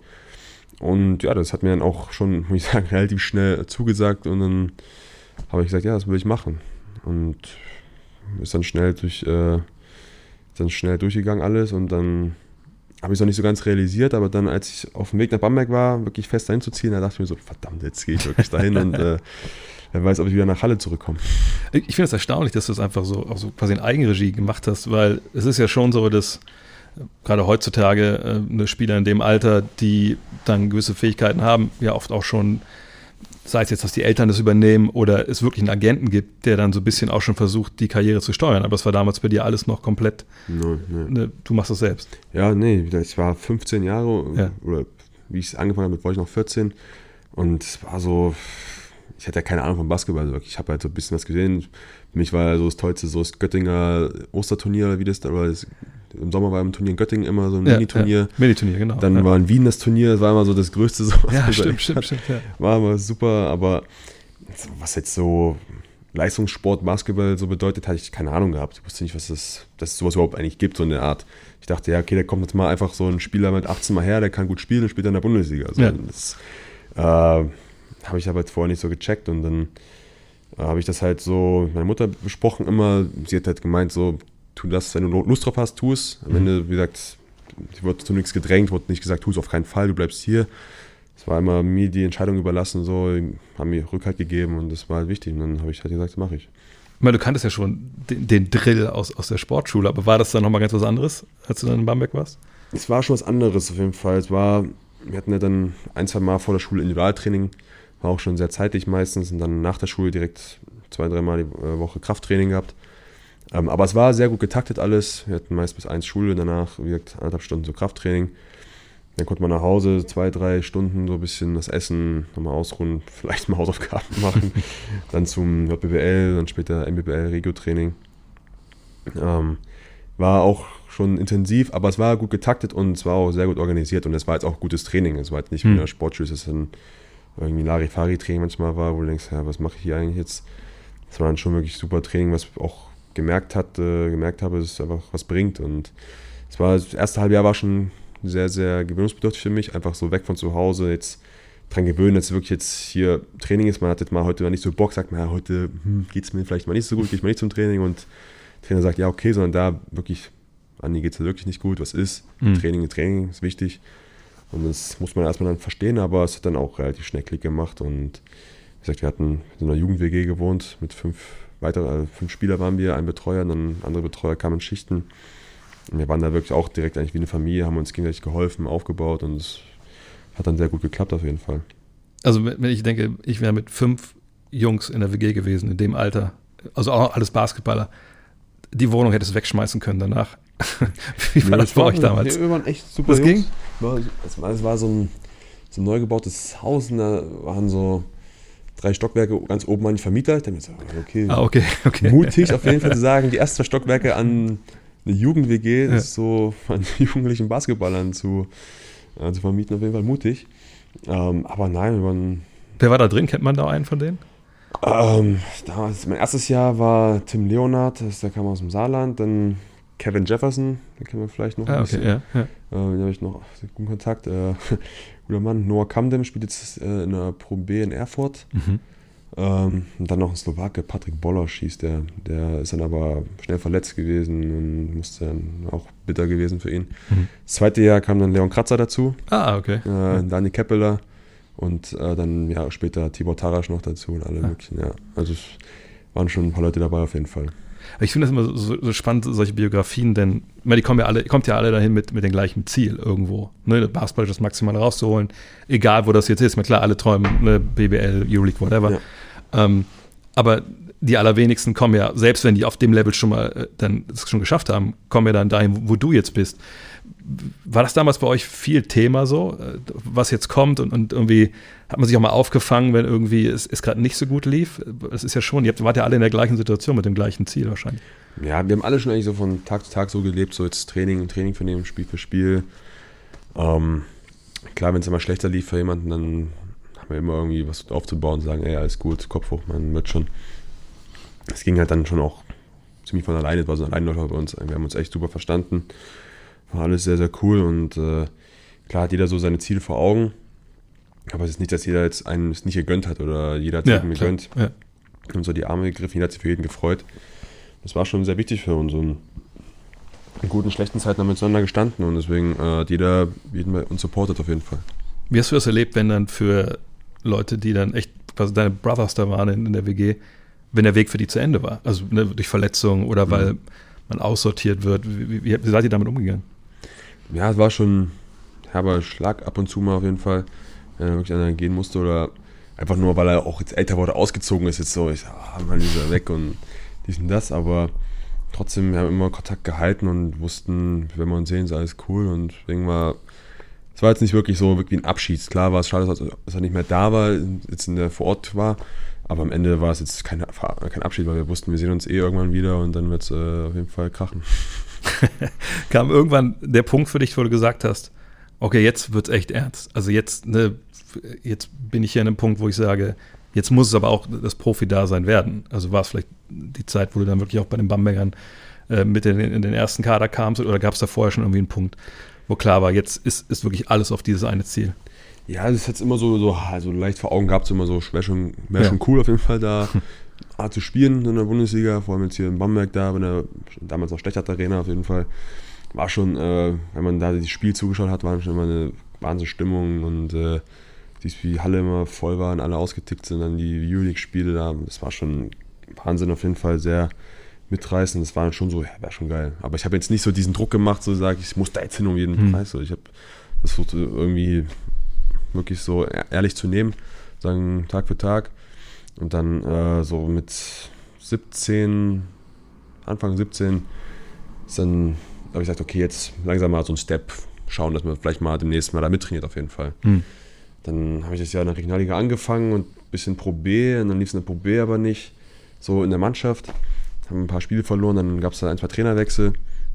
Und ja, das hat mir dann auch schon, muss ich sagen, relativ schnell zugesagt und dann habe ich gesagt, ja, das will ich machen. Und ist dann schnell durch, äh, dann schnell durchgegangen alles und dann habe ich es noch nicht so ganz realisiert, aber dann, als ich auf dem Weg nach Bamberg war, wirklich fest dahin zu ziehen, da dachte ich mir so, verdammt, jetzt gehe ich wirklich dahin und äh, wer weiß, ob ich wieder nach Halle zurückkomme. Ich finde es erstaunlich, dass du es einfach so, auch so quasi in Eigenregie gemacht hast, weil es ist ja schon so, dass gerade heutzutage äh, eine Spieler in dem Alter, die dann gewisse Fähigkeiten haben, ja oft auch schon, sei es jetzt, dass die Eltern das übernehmen oder es wirklich einen Agenten gibt, der dann so ein bisschen auch schon versucht, die Karriere zu steuern. Aber es war damals bei dir alles noch komplett, no, no. Ne, du machst das selbst. Ja, nee, ich war fünfzehn Jahre, ja. oder wie ich es angefangen habe, war ich noch vierzehn und es war so, ich hatte ja keine Ahnung vom Basketball, ich habe halt so ein bisschen was gesehen. Für mich war so das Tollste, so das Göttinger Osterturnier, oder wie das da, oder das, im Sommer war im Turnier in Göttingen immer so ein ja, Miniturnier. Ja. Miniturnier, genau. Dann ja. war in Wien das Turnier, das war immer so das Größte. So, was ja, stimmt, stimmt, stimmt. Ja. War immer super, aber was jetzt so Leistungssport, Basketball so bedeutet, hatte ich keine Ahnung gehabt. Ich wusste nicht, was das, dass es sowas überhaupt eigentlich gibt, so eine Art. Ich dachte, ja, okay, da kommt jetzt mal einfach so ein Spieler mit achtzehn Mal her, der kann gut spielen und spielt in der Bundesliga. Also ja. Das äh, habe ich aber jetzt vorher nicht so gecheckt und dann äh, habe ich das halt so mit meiner Mutter besprochen immer. Sie hat halt gemeint, so, tu das, wenn du Lust drauf hast, tu es. Am Ende, wie gesagt, ich wurde zu nichts gedrängt, wurde nicht gesagt, tu es auf keinen Fall, du bleibst hier. Es war immer mir die Entscheidung überlassen, so, haben mir Rückhalt gegeben und das war halt wichtig. Und dann habe ich halt gesagt, das mache ich. Ich meine, du kanntest ja schon den, den Drill aus, aus der Sportschule, aber war das dann nochmal ganz was anderes, als du dann in Bamberg warst? Es war schon was anderes auf jeden Fall. Es war, wir hatten ja dann ein, zwei Mal vor der Schule Individualtraining, war auch schon sehr zeitig meistens und dann nach der Schule direkt zwei, dreimal die Woche Krafttraining gehabt. Ähm, aber es war sehr gut getaktet alles. Wir hatten meist bis eins Schule, danach, wie gesagt, anderthalb Stunden so Krafttraining. Dann konnte man nach Hause zwei, drei Stunden so ein bisschen das Essen, nochmal ausruhen, vielleicht mal Hausaufgaben machen. Dann zum J B B L, dann später M B B L, Regio-Training. Ähm, war auch schon intensiv, aber es war gut getaktet und es war auch sehr gut organisiert und es war jetzt auch gutes Training. Es war jetzt nicht wie in der Sportschule, dass es dann irgendwie Larifari-Training manchmal war, wo du denkst, ja, was mache ich hier eigentlich jetzt? Es war dann schon wirklich super Training, was auch gemerkt hat, äh, gemerkt habe, dass es einfach was bringt. Und es war, das erste halbe Jahr war schon sehr, sehr gewöhnungsbedürftig für mich, einfach so weg von zu Hause, jetzt dran gewöhnen, dass wirklich jetzt hier Training ist. Man hat jetzt mal heute mal nicht so Bock, sagt man, ja, heute hm, geht es mir vielleicht mal nicht so gut, gehe ich mal nicht zum Training und der Trainer sagt, ja, okay, sondern da wirklich, Andi geht es wirklich nicht gut, was ist? Mhm. Training, Training ist wichtig und das muss man erstmal dann verstehen, aber es hat dann auch relativ schnell Klick gemacht und wie gesagt, wir hatten in einer Jugend-W G gewohnt, mit fünf weitere, also fünf Spieler waren wir, ein Betreuer, dann andere Betreuer kamen in Schichten. Und wir waren da wirklich auch direkt eigentlich wie eine Familie, haben uns gegenseitig geholfen, aufgebaut und es hat dann sehr gut geklappt auf jeden Fall. Also wenn ich denke, ich wäre mit fünf Jungs in der W G gewesen, in dem Alter, also auch alles Basketballer, die Wohnung hättest du wegschmeißen können danach. Wie war nee, das bei euch damals? Wir waren echt super Das Jungs. ging? War, es, war, es war so ein, so ein neu gebautes Haus und da waren so drei Stockwerke ganz oben an die Vermieter. Ich dachte mir so, okay, ah, okay, okay. mutig auf jeden Fall zu sagen, die ersten zwei Stockwerke an eine Jugend-W G, ja. ist so an jugendlichen Basketballern zu, äh, zu vermieten, auf jeden Fall mutig. Ähm, aber nein, wir waren... Wer war da drin? Kennt man da einen von denen? Ähm, damals, mein erstes Jahr war Tim Leonard, der kam aus dem Saarland, dann Kevin Jefferson, den kennen wir vielleicht noch ein ah, okay, bisschen. Ja, ja. Äh, den habe ich noch guten Kontakt. Äh, guter Mann. Noah Kamdem spielt jetzt äh, in der Pro B in Erfurt. Mhm. Ähm, und dann noch ein Slowake, Patrick Bolosch hieß der. Der ist dann aber schnell verletzt gewesen und musste dann auch bitter gewesen für ihn. Mhm. Das zweite Jahr kam dann Leon Kratzer dazu. Ah, okay. Äh, ja. Dani Keppeler und äh, dann Jahre später Tibor Tarasch noch dazu und alle ah. möglichen. Ja. Also es waren schon ein paar Leute dabei auf jeden Fall. Ich finde das immer so, so spannend, solche Biografien, denn die kommen ja alle, kommt ja alle dahin mit, mit dem gleichen Ziel irgendwo. Ne, Basketball das Maximale rauszuholen, egal wo das jetzt ist. Mir klar, alle träumen, ne, B B L, Euroleague, whatever. Ja. Ähm, aber die allerwenigsten kommen ja, selbst wenn die auf dem Level schon mal äh, dann das schon geschafft haben, kommen ja dann dahin, wo, wo du jetzt bist. War das damals bei euch viel Thema so, äh, was jetzt kommt und, und irgendwie hat man sich auch mal aufgefangen, wenn irgendwie es, es gerade nicht so gut lief? Es ist ja schon, ihr wart ja alle in der gleichen Situation mit dem gleichen Ziel wahrscheinlich. Ja, wir haben alle schon eigentlich so von Tag zu Tag so gelebt, so jetzt Training, Training für nehmen, Spiel für Spiel. Ähm, klar, wenn es immer schlechter lief für jemanden, dann haben wir immer irgendwie was aufzubauen und sagen, ey, alles gut, Kopf hoch, man wird schon. Es ging halt dann schon auch ziemlich von alleine, es war so ein Alleinläufer bei uns. Wir haben uns echt super verstanden. War alles sehr, sehr cool und äh, klar hat jeder so seine Ziele vor Augen. Aber es ist nicht, dass jeder jetzt einen es nicht gegönnt hat oder jeder hat es ja, ihm gegönnt. Ja. Und so die Arme gegriffen, jeder hat sich für jeden gefreut. Das war schon sehr wichtig für uns und in guten, schlechten Zeiten haben wir miteinander gestanden und deswegen äh, hat jeder jeden bei uns supportet auf jeden Fall. Wie hast du das erlebt, wenn dann für Leute, die dann echt, quasi deine Brothers da waren in, in der W G, wenn der Weg für die zu Ende war? Also ne, durch Verletzungen oder mhm. weil man aussortiert wird. Wie, wie, wie seid ihr damit umgegangen? Ja, es war schon ein herber Schlag ab und zu mal auf jeden Fall, wenn er wirklich einer gehen musste oder einfach nur, weil er auch jetzt älter wurde, ausgezogen ist, jetzt so, ich ah, man ist er weg und dies und das, aber trotzdem, wir haben immer Kontakt gehalten und wussten, wenn wir uns sehen, ist alles cool und deswegen war, es war jetzt nicht wirklich so wirklich ein Abschied. Klar war es schade, dass er nicht mehr da war, jetzt in der vor Ort war, aber am Ende war es jetzt kein, kein Abschied, weil wir wussten, wir sehen uns eh irgendwann wieder und dann wird es äh, auf jeden Fall krachen. Kam irgendwann der Punkt für dich, wo du gesagt hast, okay, jetzt wird es echt ernst. Also jetzt, ne, jetzt bin ich hier an einem Punkt, wo ich sage, jetzt muss es aber auch das Profi-Dasein werden. Also war es vielleicht die Zeit, wo du dann wirklich auch bei den Bambergern äh, mit in, in den ersten Kader kamst oder gab es da vorher schon irgendwie einen Punkt, wo klar war, jetzt ist, ist wirklich alles auf dieses eine Ziel? Ja, das ist jetzt immer so, so also leicht vor Augen gehabt, immer so, wäre schon, wär ja. schon cool auf jeden Fall da zu spielen in der Bundesliga, vor allem jetzt hier in Bamberg da, in der damals noch Stechert Arena auf jeden Fall. War schon, äh, wenn man da das Spiel zugeschaut hat, war schon immer eine Wahnsinnsstimmung und äh, wie die Halle immer voll war und alle ausgetickt sind, dann die Euroleague-Spiele da, das war schon Wahnsinn auf jeden Fall, sehr mitreißend, das war schon so, ja, wäre schon geil. Aber ich habe jetzt nicht so diesen Druck gemacht, so sage ich, ich muss da jetzt hin um jeden mhm. Preis. So, ich habe das versucht irgendwie wirklich so ehrlich zu nehmen, sagen Tag für Tag. Und dann äh, so mit siebzehn, Anfang siebzehn, ist dann habe ich gesagt, okay, jetzt langsam mal so ein Step, schauen, dass man vielleicht mal demnächst mal da mittrainiert auf jeden Fall. Hm. Dann habe ich das Jahr in der Regionalliga angefangen und ein bisschen Pro B, und dann lief es in der Pro B aber nicht, so in der Mannschaft. Haben ein paar Spiele verloren, dann gab es da ein, zwei Trainerwechsel.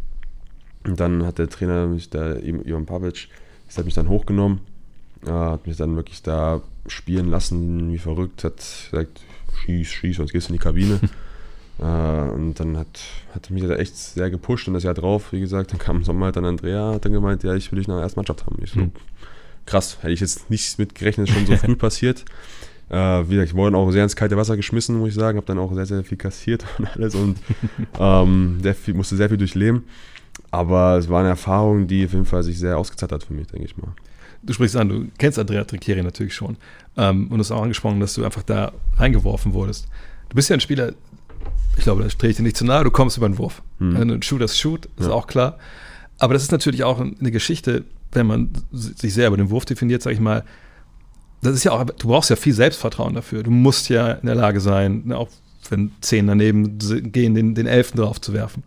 Und dann hat der Trainer, mich, der Ivan Pavic, der hat mich dann hochgenommen, äh, hat mich dann wirklich da spielen lassen, wie verrückt, hat gesagt, schieß, schieß, sonst gehst du in die Kabine. äh, und dann hat, hat mich da echt sehr gepusht und das Jahr drauf, wie gesagt, dann kam im Sommer halt dann Andrea, hat dann gemeint, ja, ich will dich nach der ersten Mannschaft haben. Ich so, mhm. krass, hätte ich jetzt nicht mitgerechnet, ist schon so früh passiert. Äh, wie gesagt, ich wurde auch sehr ins kalte Wasser geschmissen, muss ich sagen, habe dann auch sehr, sehr viel kassiert und alles und ähm, sehr viel, musste sehr viel durchleben. Aber es war eine Erfahrung, die auf jeden Fall sich sehr ausgezahlt hat für mich, denke ich mal. Du sprichst an, du kennst Andrea Trinchieri natürlich schon. Ähm, und du hast auch angesprochen, dass du einfach da reingeworfen wurdest. Du bist ja ein Spieler, ich glaube, da drehe ich dir nicht zu nahe, du kommst über den Wurf. Mhm. Ein Shoot ist Shoot, ist ja auch klar. Aber das ist natürlich auch eine Geschichte, wenn man sich sehr über den Wurf definiert, sage ich mal. Das ist ja auch, du brauchst ja viel Selbstvertrauen dafür. Du musst ja in der Lage sein, auch wenn zehn daneben gehen, den, den Elften drauf zu werfen.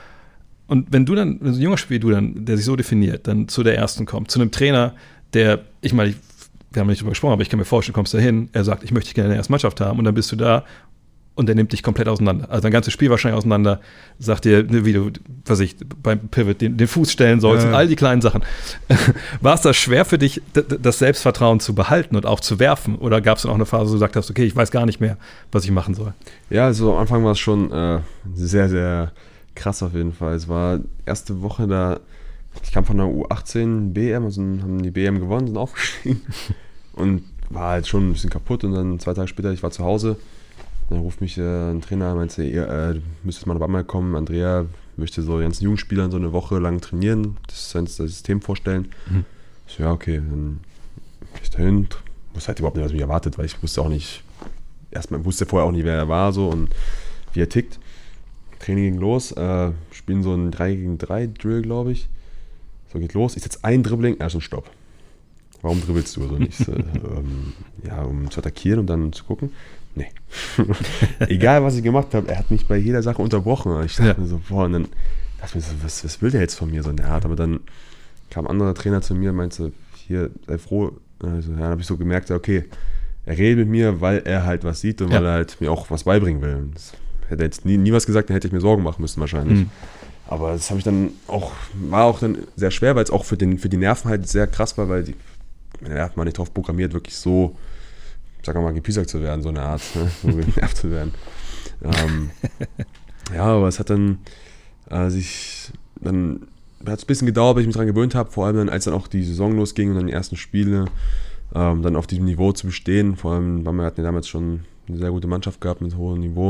Und wenn du dann, wenn so ein junger Spieler wie du dann, der sich so definiert, dann zu der Ersten kommt, zu einem Trainer, der, ich meine, ich, wir haben nicht drüber gesprochen, aber ich kann mir vorstellen, du kommst da hin, er sagt, ich möchte dich gerne in der ersten Mannschaft haben und dann bist du da und der nimmt dich komplett auseinander. Also dein ganzes Spiel wahrscheinlich auseinander, sagt dir, wie du, was ich, beim Pivot den, den Fuß stellen sollst ja, ja. und all die kleinen Sachen. War es da schwer für dich, das Selbstvertrauen zu behalten und auch zu werfen? Oder gab es dann auch eine Phase, wo du gesagt hast, okay, ich weiß gar nicht mehr, was ich machen soll? Ja, also am Anfang war es schon äh, sehr, sehr krass auf jeden Fall. Es war erste Woche da, ich kam von der U achtzehn B M, also haben die B M gewonnen, sind aufgestiegen und war halt schon ein bisschen kaputt und dann zwei Tage später, ich war zu Hause, dann ruft mich äh, ein Trainer, meinte, ihr äh, du müsstest mal nach Bamberg kommen, Andrea möchte so die ganzen Jugendspielern so eine Woche lang trainieren, das, das System vorstellen. Mhm. Ich so, ja okay, dann bin ich dahin, wusste halt überhaupt nicht, was mich erwartet, weil ich wusste auch nicht, erstmal wusste vorher auch nicht, wer er war so und wie er tickt. Training ging los, äh, spielen so ein drei gegen drei Drill, glaube ich. So geht los, ich setze ein Dribbling, erst ein Stopp. Warum dribbelst du? Also nicht, äh, ähm, ja, um zu attackieren und dann zu gucken? Nee. Egal, was ich gemacht habe, er hat mich bei jeder Sache unterbrochen. Ich dachte ja. mir so, boah, und dann dachte ich mir so, was, was will der jetzt von mir so in der Art? Aber dann kam ein anderer Trainer zu mir und meinte, hier, sei froh. Also, ja, dann habe ich so gemerkt, okay, er redet mit mir, weil er halt was sieht und ja. weil er halt mir auch was beibringen will. Und das, hätte er jetzt nie, nie was gesagt, dann hätte ich mir Sorgen machen müssen wahrscheinlich. Mhm. Aber das habe ich dann auch, war auch dann sehr schwer, weil es auch für, den, für die Nerven halt sehr krass war, weil die, meine Nerven waren nicht drauf programmiert, wirklich so, sagen wir mal, gepiesackt zu werden, so eine Art, ne? So genervt zu werden. Ähm, ja, aber es hat dann äh, sich, dann hat es ein bisschen gedauert, bis ich mich daran gewöhnt habe, vor allem dann, als dann auch die Saison losging und dann die ersten Spiele, ähm, dann auf diesem Niveau zu bestehen, vor allem, weil wir hatten ja damals schon eine sehr gute Mannschaft gehabt mit hohem Niveau.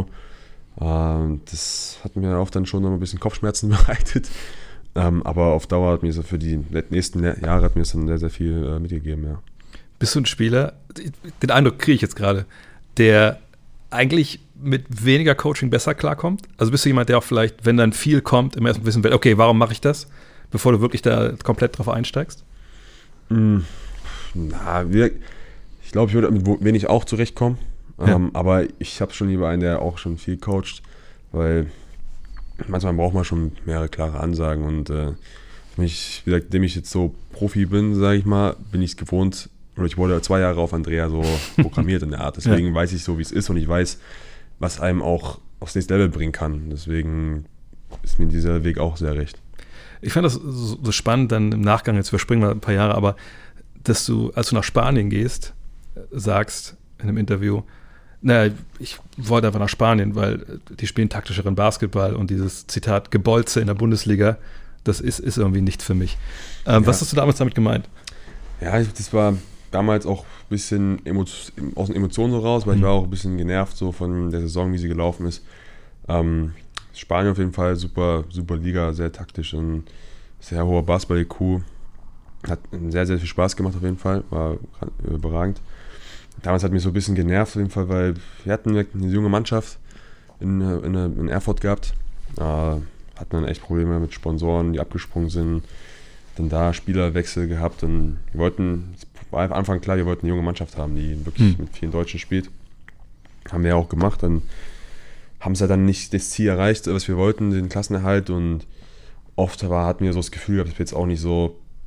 Das hat mir oft dann schon noch ein bisschen Kopfschmerzen bereitet. Aber auf Dauer hat mir so für die nächsten Jahre hat mir es dann sehr, sehr viel mitgegeben, ja. Bist du ein Spieler, den Eindruck kriege ich jetzt gerade, der eigentlich mit weniger Coaching besser klarkommt? Also bist du jemand, der auch vielleicht, wenn dann viel kommt, im ersten wissen will, okay, warum mache ich das, bevor du wirklich da komplett drauf einsteigst? Mm, na, wir, ich glaube, ich würde mit wenig auch zurechtkommen. Ja. Um, aber ich habe schon lieber einen, der auch schon viel coacht, weil manchmal braucht man schon mehrere klare Ansagen und äh, mich, wie gesagt, seitdem ich jetzt so Profi bin, sage ich mal, bin ich es gewohnt, oder ich wurde zwei Jahre auf Andrea so programmiert in der Art, deswegen ja. weiß ich so, wie es ist und ich weiß, was einem auch aufs nächste Level bringen kann, deswegen ist mir dieser Weg auch sehr recht. Ich fand das so, so spannend dann im Nachgang, jetzt überspringen wir ein paar Jahre, aber dass du, als du nach Spanien gehst, sagst in einem Interview, naja, ich wollte einfach nach Spanien, weil die spielen taktischeren Basketball und dieses Zitat Gebolze in der Bundesliga, das ist, ist irgendwie nichts für mich. Ähm, ja. Was hast du damals damit gemeint? Ja, das war damals auch ein bisschen Emotion, aus den Emotionen so raus, weil mhm. ich war auch ein bisschen genervt so von der Saison, wie sie gelaufen ist. Ähm, Spanien auf jeden Fall, super, super Liga, sehr taktisch und sehr hoher Basketball-I Q. Hat sehr, sehr viel Spaß gemacht auf jeden Fall, war überragend. Damals hat mich so ein bisschen genervt auf jeden Fall, weil wir hatten eine junge Mannschaft in, in, in Erfurt gehabt. Äh, hatten dann echt Probleme mit Sponsoren, die abgesprungen sind. Dann da Spielerwechsel gehabt und wir wollten, es war am Anfang klar, wir wollten eine junge Mannschaft haben, die wirklich hm. mit vielen Deutschen spielt. Haben wir ja auch gemacht. Dann haben sie dann nicht das Ziel erreicht, was wir wollten, den Klassenerhalt. Und oft war, hatten wir so das Gefühl, dass wir jetzt auch nicht so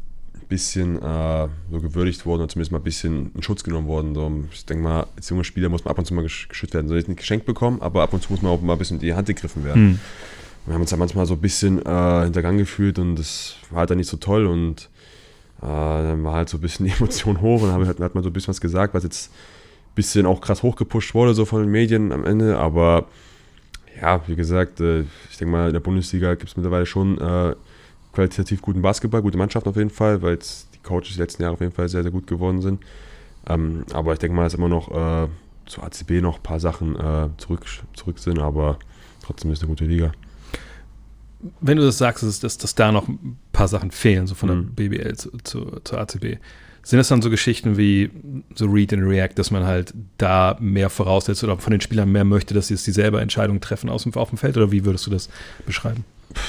bisschen äh, so gewürdigt worden oder zumindest mal ein bisschen in Schutz genommen worden. So, ich denke mal, als junger Spieler muss man ab und zu mal gesch- geschützt werden. So jetzt nicht geschenkt bekommen, aber ab und zu muss man auch mal ein bisschen in die Hand gegriffen werden. Hm. Wir haben uns ja manchmal so ein bisschen äh, hintergangen gefühlt und das war halt dann nicht so toll und äh, dann war halt so ein bisschen die Emotion hoch und dann hat, hat man so ein bisschen was gesagt, was jetzt ein bisschen auch krass hochgepusht wurde so von den Medien am Ende, aber ja, wie gesagt, äh, ich denke mal, in der Bundesliga gibt es mittlerweile schon äh, qualitativ guten Basketball, gute Mannschaften auf jeden Fall, weil jetzt die Coaches die letzten Jahre auf jeden Fall sehr, sehr gut geworden sind. Ähm, aber ich denke mal, dass immer noch äh, zu A C B noch ein paar Sachen äh, zurück, zurück sind, aber trotzdem ist es eine gute Liga. Wenn du das sagst, dass, dass, dass da noch ein paar Sachen fehlen, so von der Mhm. B B L zu, zu, zur A C B, sind das dann so Geschichten wie so Read and React, dass man halt da mehr voraussetzt oder von den Spielern mehr möchte, dass sie jetzt die selber Entscheidungen treffen aus dem, auf dem Feld, oder wie würdest du das beschreiben?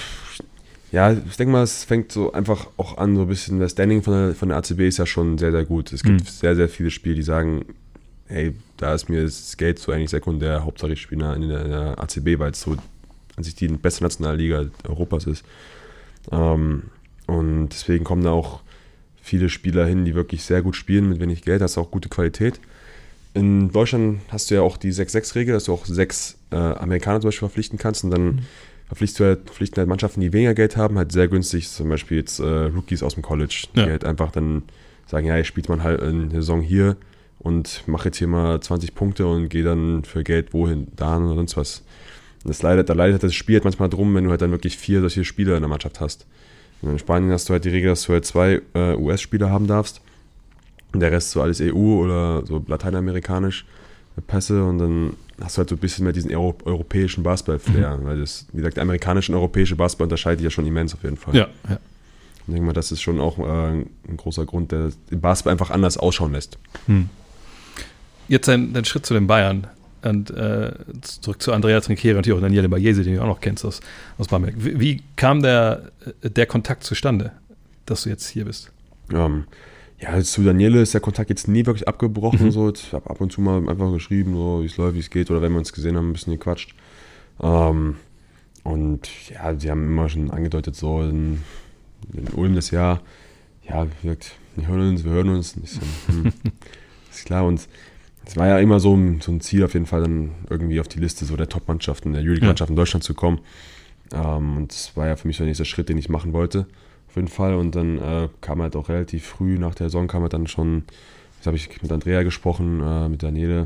Ja, ich denke mal, es fängt so einfach auch an, so ein bisschen, das Standing von der, von der A C B ist ja schon sehr, sehr gut. Es gibt Mhm. sehr, sehr viele Spiele, die sagen, hey, da ist mir das Geld so eigentlich sekundär, Hauptsache ich spiele in der, in der A C B, weil es so an sich die beste Nationalliga Europas ist. Ähm, und deswegen kommen da auch viele Spieler hin, die wirklich sehr gut spielen mit wenig Geld, hast auch gute Qualität. In Deutschland hast du ja auch die sechs sechs Regel, dass du auch sechs äh, Amerikaner zum Beispiel verpflichten kannst und dann mhm. verpflichtest du halt, verpflichten halt Mannschaften, die weniger Geld haben, halt sehr günstig, zum Beispiel jetzt äh, Rookies aus dem College, die ja. halt einfach dann sagen, ja, ich spiele mal halt eine Saison hier und mache jetzt hier mal zwanzig Punkte und gehe dann für Geld wohin, da oder sonst was. Und das leidet, da leidet das Spiel halt manchmal drum, wenn du halt dann wirklich vier solche Spieler in der Mannschaft hast. Und in Spanien hast du halt die Regel, dass du halt zwei äh, U S-Spieler haben darfst und der Rest so alles E U oder so lateinamerikanisch Pässe und dann hast du halt so ein bisschen mehr diesen Euro- europäischen Basketball-Flair, mhm. weil das, wie gesagt, der amerikanische und europäische Basketball unterscheidet sich ja schon immens auf jeden Fall. Ja, ja. Ich denke mal, das ist schon auch äh, ein großer Grund, der den Basketball einfach anders ausschauen lässt. Hm. Jetzt dein, dein Schritt zu den Bayern und äh, zurück zu Andrea Trinchieri und hier auch Daniele Bayesi, den du auch noch kennst aus, aus Bamberg. Wie, wie kam der, der Kontakt zustande, dass du jetzt hier bist? Ähm, ja, zu Daniele ist der Kontakt jetzt nie wirklich abgebrochen. Mhm. So. Ich habe ab und zu mal einfach geschrieben, so, wie es läuft, wie es geht, oder wenn wir uns gesehen haben, ein bisschen gequatscht. Ähm, und ja, sie haben immer schon angedeutet, so in, in Ulm das Jahr, ja, wir, wir hören uns, wir hören uns. Und ich so, hm, ist klar. Und es war ja immer so ein, so ein Ziel, auf jeden Fall dann irgendwie auf die Liste so der Top-Mannschaften, der Euroleague-Mannschaft in Deutschland zu kommen. Ähm, und das war ja für mich so der nächste Schritt, den ich machen wollte. Auf jeden Fall. Und dann äh, kam halt auch relativ früh nach der Saison, kam halt dann schon, jetzt habe ich mit Andrea gesprochen, äh, mit Daniele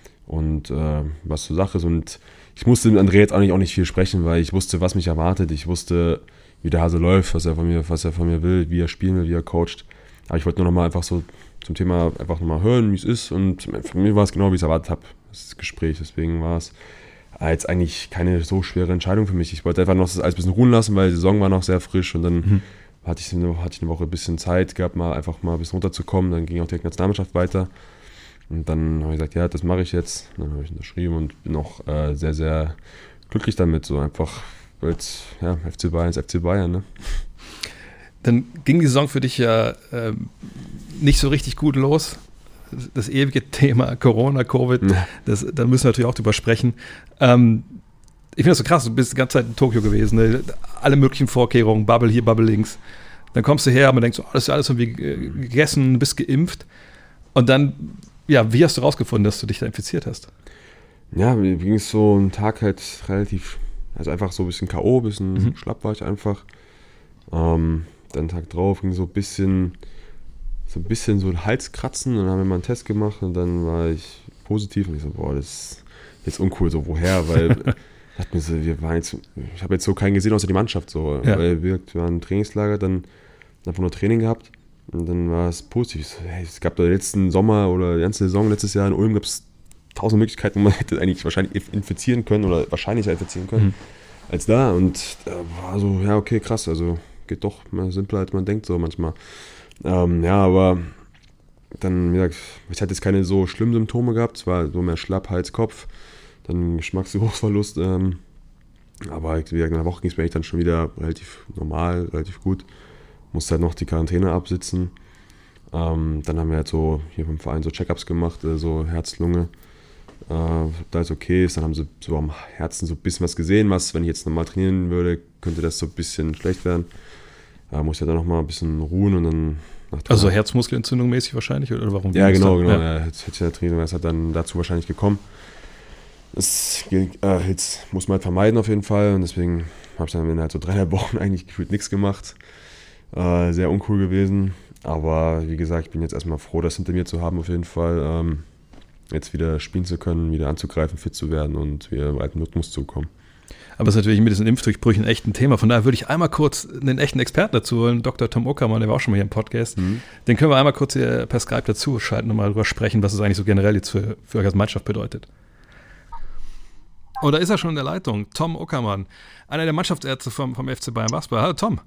und äh, was zur Sache ist. Und ich musste mit Andrea jetzt auch nicht, auch nicht viel sprechen, weil ich wusste, was mich erwartet. Ich wusste, wie der Hase läuft, was er von mir, was er von mir will, wie er spielen will, wie er coacht. Aber ich wollte nur nochmal einfach so zum Thema einfach nochmal hören, wie es ist. Und für mich war es genau, wie ich es erwartet habe, das Gespräch. Deswegen war es jetzt eigentlich keine so schwere Entscheidung für mich. Ich wollte einfach noch das alles ein bisschen ruhen lassen, weil die Saison war noch sehr frisch und dann mhm. hatte, ich eine, hatte ich eine Woche ein bisschen Zeit gehabt, mal einfach mal ein bisschen runterzukommen. Dann ging auch direkt die Nationalmannschaft weiter. Und dann habe ich gesagt, ja, das mache ich jetzt. Dann habe ich unterschrieben und bin auch äh, sehr, sehr glücklich damit. So einfach, weil ja, F C Bayern ist F C Bayern, ne? Dann ging die Saison für dich ja ähm, nicht so richtig gut los. Das ewige Thema Corona, Covid, ja. das, da müssen wir natürlich auch drüber sprechen. Ähm, ich finde das so krass, du bist die ganze Zeit in Tokio gewesen, ne? Alle möglichen Vorkehrungen, Bubble hier, Bubble links. Dann kommst du her und man denkt so, oh, das ist ja alles irgendwie gegessen, bist geimpft. Und dann, ja, wie hast du rausgefunden, dass du dich da infiziert hast? Ja, mir ging es so einen Tag halt relativ, also einfach so ein bisschen K O, ein bisschen mhm. schlapp war ich einfach. Ähm, dann Tag drauf ging so ein bisschen, so ein bisschen so Halskratzen und dann haben wir mal einen Test gemacht und dann war ich positiv und ich so, boah, das ist jetzt uncool, so woher, weil dachte mir so, wir waren jetzt, ich habe jetzt so keinen gesehen außer die Mannschaft, so, ja. weil wir waren im Trainingslager, dann einfach nur Training gehabt und dann war es positiv. So, hey, es gab da letzten Sommer oder die ganze Saison letztes Jahr in Ulm gab es tausend Möglichkeiten, wo man hätte eigentlich wahrscheinlich infizieren können oder wahrscheinlich infizieren können mhm. als da und da war so, ja okay, krass, also geht doch mal simpler, als man denkt so manchmal. Ähm, ja, aber dann, wie gesagt, ich hatte jetzt keine so schlimmen Symptome gehabt, es war so mehr Schlapp, Hals, Kopf, dann Geschmacksgeruchsverlust, ähm, aber wie gesagt, in einer Woche ging es mir eigentlich dann schon wieder relativ normal, relativ gut. Musste halt noch die Quarantäne absitzen. Ähm, dann haben wir halt so hier vom Verein so Check-ups gemacht, äh, so Herz, Lunge, äh, ob da alles okay ist. Dann haben sie so am Herzen so ein bisschen was gesehen, was, wenn ich jetzt nochmal trainieren würde, könnte das so ein bisschen schlecht werden. Da musste ich dann nochmal ein bisschen ruhen und dann Also Herzmuskelentzündung mäßig wahrscheinlich? Oder warum? Ja, genau, genau. Ja. Ja, Herzarterien, das hat dann dazu wahrscheinlich gekommen. Das äh, jetzt muss man halt vermeiden auf jeden Fall. Und deswegen habe ich dann in halt so dreieinhalb Wochen eigentlich gefühlt nichts gemacht. Äh, sehr uncool gewesen. Aber wie gesagt, ich bin jetzt erstmal froh, das hinter mir zu haben auf jeden Fall. Ähm, jetzt wieder spielen zu können, wieder anzugreifen, fit zu werden und wieder im alten Rhythmus zu kommen. Aber es ist natürlich mit diesen Impfdurchbrüchen echt ein Thema. Von daher würde ich einmal kurz einen echten Experten dazu holen, Doktor Tom Uckermann, der war auch schon mal hier im Podcast. Mhm. Den können wir einmal kurz hier per Skype dazu schalten und mal darüber sprechen, was es eigentlich so generell jetzt für, für eure Mannschaft bedeutet. Und da ist er schon in der Leitung, Tom Uckermann, einer der Mannschaftsärzte vom, vom F C Bayern Basketball. Hallo Tom.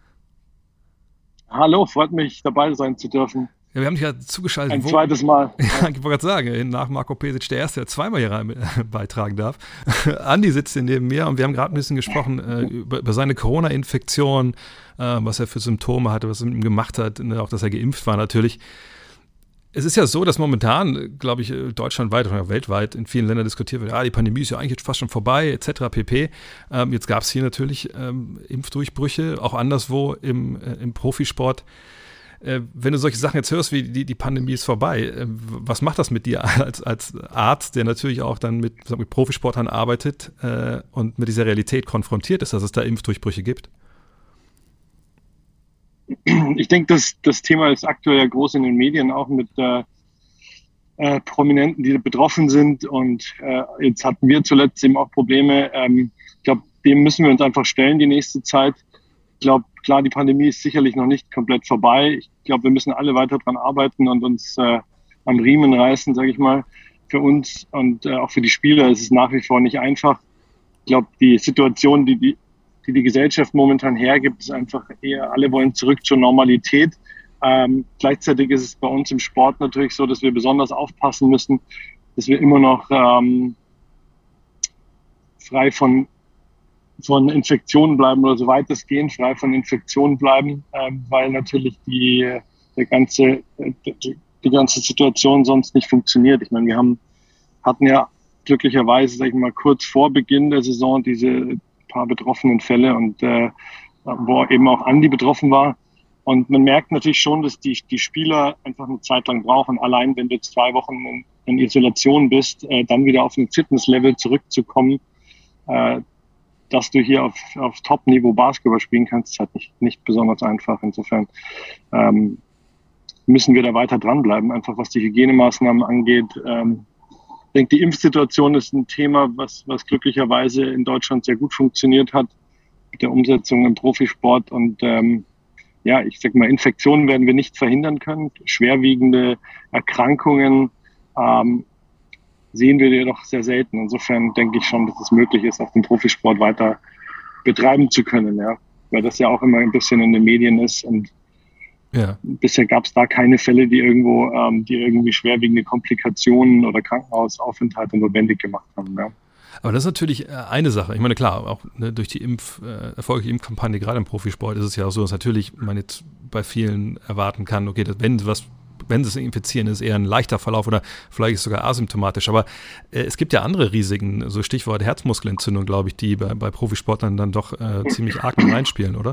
Hallo, freut mich, dabei sein zu dürfen. Ja, wir haben dich ja zugeschaltet. Ein wo, zweites Mal. Ja, ich wollte gerade sagen, nach Marco Pesic der Erste, der zweimal hier rein beitragen darf. Andi sitzt hier neben mir und wir haben gerade ein bisschen gesprochen äh, über, über seine Corona-Infektion, äh, was er für Symptome hatte, was er mit ihm gemacht hat, ne, auch dass er geimpft war natürlich. Es ist ja so, dass momentan, glaube ich, deutschlandweit oder weltweit in vielen Ländern diskutiert wird, ja, die Pandemie ist ja eigentlich fast schon vorbei, et cetera pp. Ähm, jetzt gab es hier natürlich ähm, Impfdurchbrüche, auch anderswo im, äh, im Profisport. Äh, wenn du solche Sachen jetzt hörst, wie die, die Pandemie ist vorbei, äh, was macht das mit dir als, als Arzt, der natürlich auch dann mit, mit Profisportlern arbeitet äh, und mit dieser Realität konfrontiert ist, dass es da Impfdurchbrüche gibt? Ich denke, dass das Thema ist aktuell ja groß in den Medien, auch mit äh, äh, Prominenten, die betroffen sind. Und äh, jetzt hatten wir zuletzt eben auch Probleme. Ähm, ich glaube, dem müssen wir uns einfach stellen die nächste Zeit. Ich glaube, klar, die Pandemie ist sicherlich noch nicht komplett vorbei. Ich glaube, wir müssen alle weiter dran arbeiten und uns äh, am Riemen reißen, sage ich mal. Für uns und äh, auch für die Spieler ist es nach wie vor nicht einfach. Ich glaube, die Situation, die die die die Gesellschaft momentan hergibt, ist einfach eher, alle wollen zurück zur Normalität. Ähm, gleichzeitig ist es bei uns im Sport natürlich so, dass wir besonders aufpassen müssen, dass wir immer noch ähm, frei von, von Infektionen bleiben oder soweit es gehen, frei von Infektionen bleiben, ähm, weil natürlich die, der ganze, die, die ganze Situation sonst nicht funktioniert. Ich meine, wir haben, hatten ja glücklicherweise, sag ich mal, kurz vor Beginn der Saison diese paar betroffenen Fälle und äh, wo eben auch Andi betroffen war. Und man merkt natürlich schon, dass die, die Spieler einfach eine Zeit lang brauchen. Allein wenn du jetzt zwei Wochen in, in Isolation bist, äh, dann wieder auf ein Fitnesslevel zurückzukommen, äh, dass du hier auf, auf Top-Niveau Basketball spielen kannst, ist halt nicht, nicht besonders einfach. Insofern ähm, müssen wir da weiter dranbleiben, einfach was die Hygienemaßnahmen angeht. Ähm, Ich denke, die Impfsituation ist ein Thema, was, was glücklicherweise in Deutschland sehr gut funktioniert hat mit der Umsetzung im Profisport. Und ähm, ja, ich sag mal, Infektionen werden wir nicht verhindern können. Schwerwiegende Erkrankungen ähm, sehen wir jedoch sehr selten. Insofern denke ich schon, dass es möglich ist, auch den Profisport weiter betreiben zu können. Ja, weil das ja auch immer ein bisschen in den Medien ist und ja. Bisher gab es da keine Fälle, die irgendwo, ähm, die irgendwie schwerwiegende Komplikationen oder Krankenhausaufenthalte notwendig gemacht haben. Ja. Aber das ist natürlich eine Sache. Ich meine, klar, auch ne, durch die Impf, äh, erfolgreiche Impfkampagne, gerade im Profisport, ist es ja auch so, dass natürlich man jetzt bei vielen erwarten kann, okay, dass, wenn was, wenn sie es infizieren, ist eher ein leichter Verlauf oder vielleicht ist es sogar asymptomatisch. Aber äh, es gibt ja andere Risiken, so Stichwort Herzmuskelentzündung, glaube ich, die bei, bei Profisportlern dann doch äh, ziemlich arg mit reinspielen, oder?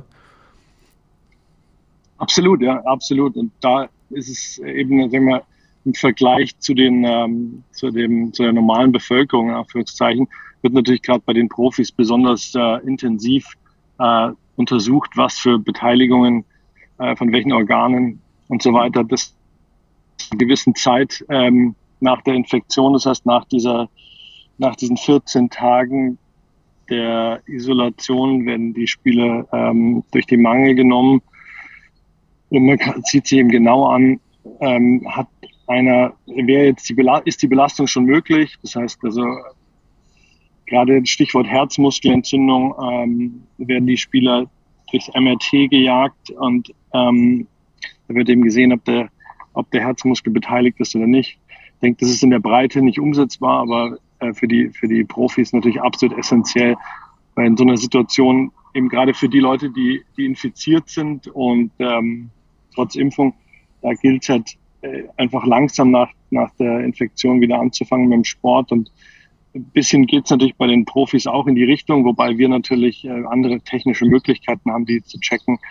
Absolut, ja, absolut. Und da ist es eben, sagen wir, im Vergleich zu den, ähm, zu dem, zu der normalen Bevölkerung, in Anführungszeichen, wird natürlich gerade bei den Profis besonders äh, intensiv äh, untersucht, was für Beteiligungen äh, von welchen Organen und so weiter, das in einer gewissen Zeit ähm, nach der Infektion, das heißt nach dieser, nach diesen vierzehn Tagen der Isolation werden die Spieler ähm, durch die Mangel genommen. Und man kann, sieht sich eben genau an, ähm, hat einer, wäre jetzt die Bela- ist die Belastung schon möglich? Das heißt also, gerade Stichwort Herzmuskelentzündung, ähm, werden die Spieler durchs M R T gejagt und ähm, da wird eben gesehen, ob der, ob der Herzmuskel beteiligt ist oder nicht. Ich denke, das ist in der Breite nicht umsetzbar, aber äh, für die, für die Profis natürlich absolut essentiell, weil in so einer Situation eben gerade für die Leute, die, die infiziert sind und ähm, trotz Impfung, da gilt es halt äh, einfach langsam nach, nach der Infektion wieder anzufangen mit dem Sport. Und ein bisschen geht es natürlich bei den Profis auch in die Richtung, wobei wir natürlich äh, andere technische Möglichkeiten haben, die zu checken.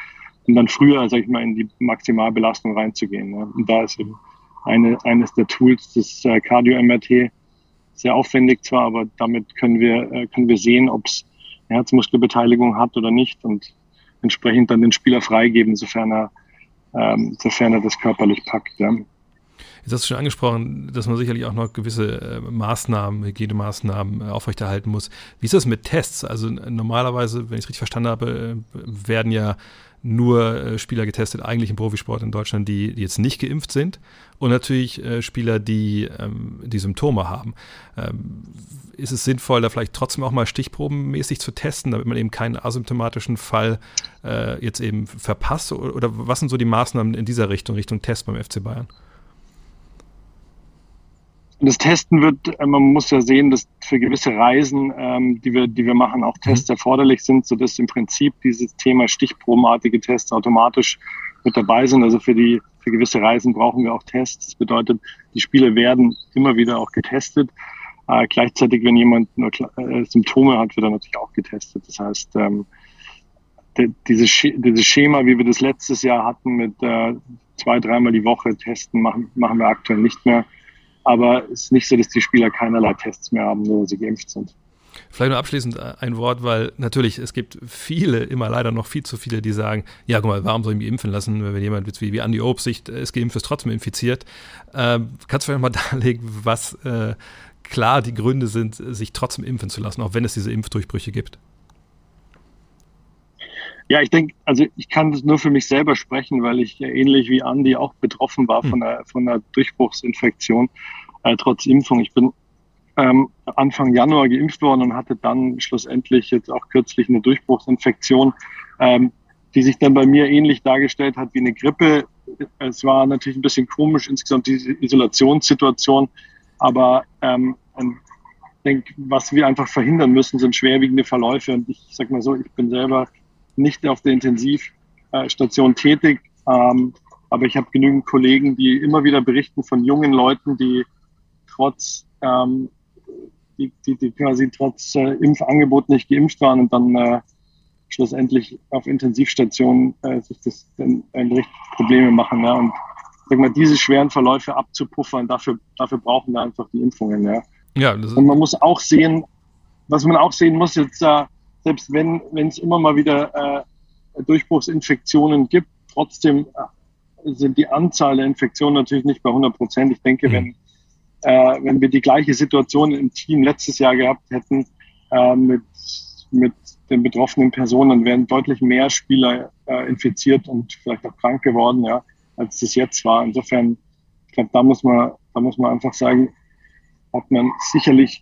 um dann früher, sag ich mal, in die Maximalbelastung reinzugehen. Ne? Und da ist eben eine, eines der Tools, das äh, Cardio-M R T, sehr aufwendig zwar, aber damit können wir, äh, können wir sehen, ob es Herzmuskelbeteiligung hat oder nicht und entsprechend dann den Spieler freigeben, sofern er, ähm, sofern er das körperlich packt. Ja. Jetzt hast du schon angesprochen, dass man sicherlich auch noch gewisse äh, Maßnahmen, Hygienemaßnahmen äh, aufrechterhalten muss. Wie ist das mit Tests? Also äh, normalerweise, wenn ich es richtig verstanden habe, äh, werden ja nur äh, Spieler getestet, eigentlich im Profisport in Deutschland, die, die jetzt nicht geimpft sind und natürlich äh, Spieler, die ähm, die Symptome haben. Ähm, ist es sinnvoll, da vielleicht trotzdem auch mal stichprobenmäßig zu testen, damit man eben keinen asymptomatischen Fall äh, jetzt eben verpasst? Oder, oder was sind so die Maßnahmen in dieser Richtung, Richtung Test beim F C Bayern? Das Testen wird, man muss ja sehen, dass für gewisse Reisen, ähm, die wir, die wir machen, auch Tests mhm. erforderlich sind, sodass im Prinzip dieses Thema stichprobenartige Tests automatisch mit dabei sind. Also für die, für gewisse Reisen brauchen wir auch Tests. Das bedeutet, die Spieler werden immer wieder auch getestet. Äh, gleichzeitig, wenn jemand nur äh, Symptome hat, wird er natürlich auch getestet. Das heißt, ähm, de, dieses, Sch- dieses Schema, wie wir das letztes Jahr hatten, mit äh, zwei, dreimal die Woche testen, machen, machen wir aktuell nicht mehr. Aber es ist nicht so, dass die Spieler keinerlei Tests mehr haben, nur weil sie geimpft sind. Vielleicht nur abschließend ein Wort, weil natürlich, es gibt viele, immer leider noch viel zu viele, die sagen, ja, guck mal, warum soll ich mich impfen lassen, wenn jemand wie, wie Andi Obst sich ist geimpft, ist trotzdem infiziert. Ähm, kannst du vielleicht mal darlegen, was äh, klar die Gründe sind, sich trotzdem impfen zu lassen, auch wenn es diese Impfdurchbrüche gibt? Ja, ich denke, also ich kann das nur für mich selber sprechen, weil ich ja ähnlich wie Andi auch betroffen war von einer, von einer Durchbruchsinfektion, äh, trotz Impfung. Ich bin ähm, Anfang Januar geimpft worden und hatte dann schlussendlich jetzt auch kürzlich eine Durchbruchsinfektion, ähm, die sich dann bei mir ähnlich dargestellt hat wie eine Grippe. Es war natürlich ein bisschen komisch, insgesamt diese Isolationssituation, aber ähm, ich denke, was wir einfach verhindern müssen, sind schwerwiegende Verläufe. Und ich sag mal so, ich bin selber nicht auf der Intensivstation tätig, ähm, aber ich habe genügend Kollegen, die immer wieder berichten von jungen Leuten, die trotz, ähm, die, die, die quasi trotz äh, Impfangebot nicht geimpft waren und dann äh, schlussendlich auf Intensivstationen äh, sich das dann äh, richtig Probleme machen. Ja. Und sag mal, diese schweren Verläufe abzupuffern, dafür, dafür brauchen wir einfach die Impfungen. Ja. Ja, das ist und man muss auch sehen, was man auch sehen muss jetzt, äh, selbst wenn wenn es immer mal wieder äh, Durchbruchsinfektionen gibt, trotzdem äh, sind die Anzahl der Infektionen natürlich nicht bei hundert Prozent. Ich denke, mhm. wenn äh, wenn wir die gleiche Situation im Team letztes Jahr gehabt hätten äh, mit mit den betroffenen Personen, dann wären deutlich mehr Spieler äh, infiziert und vielleicht auch krank geworden, ja, als das jetzt war. Insofern, ich glaube, da muss man da muss man einfach sagen, hat man sicherlich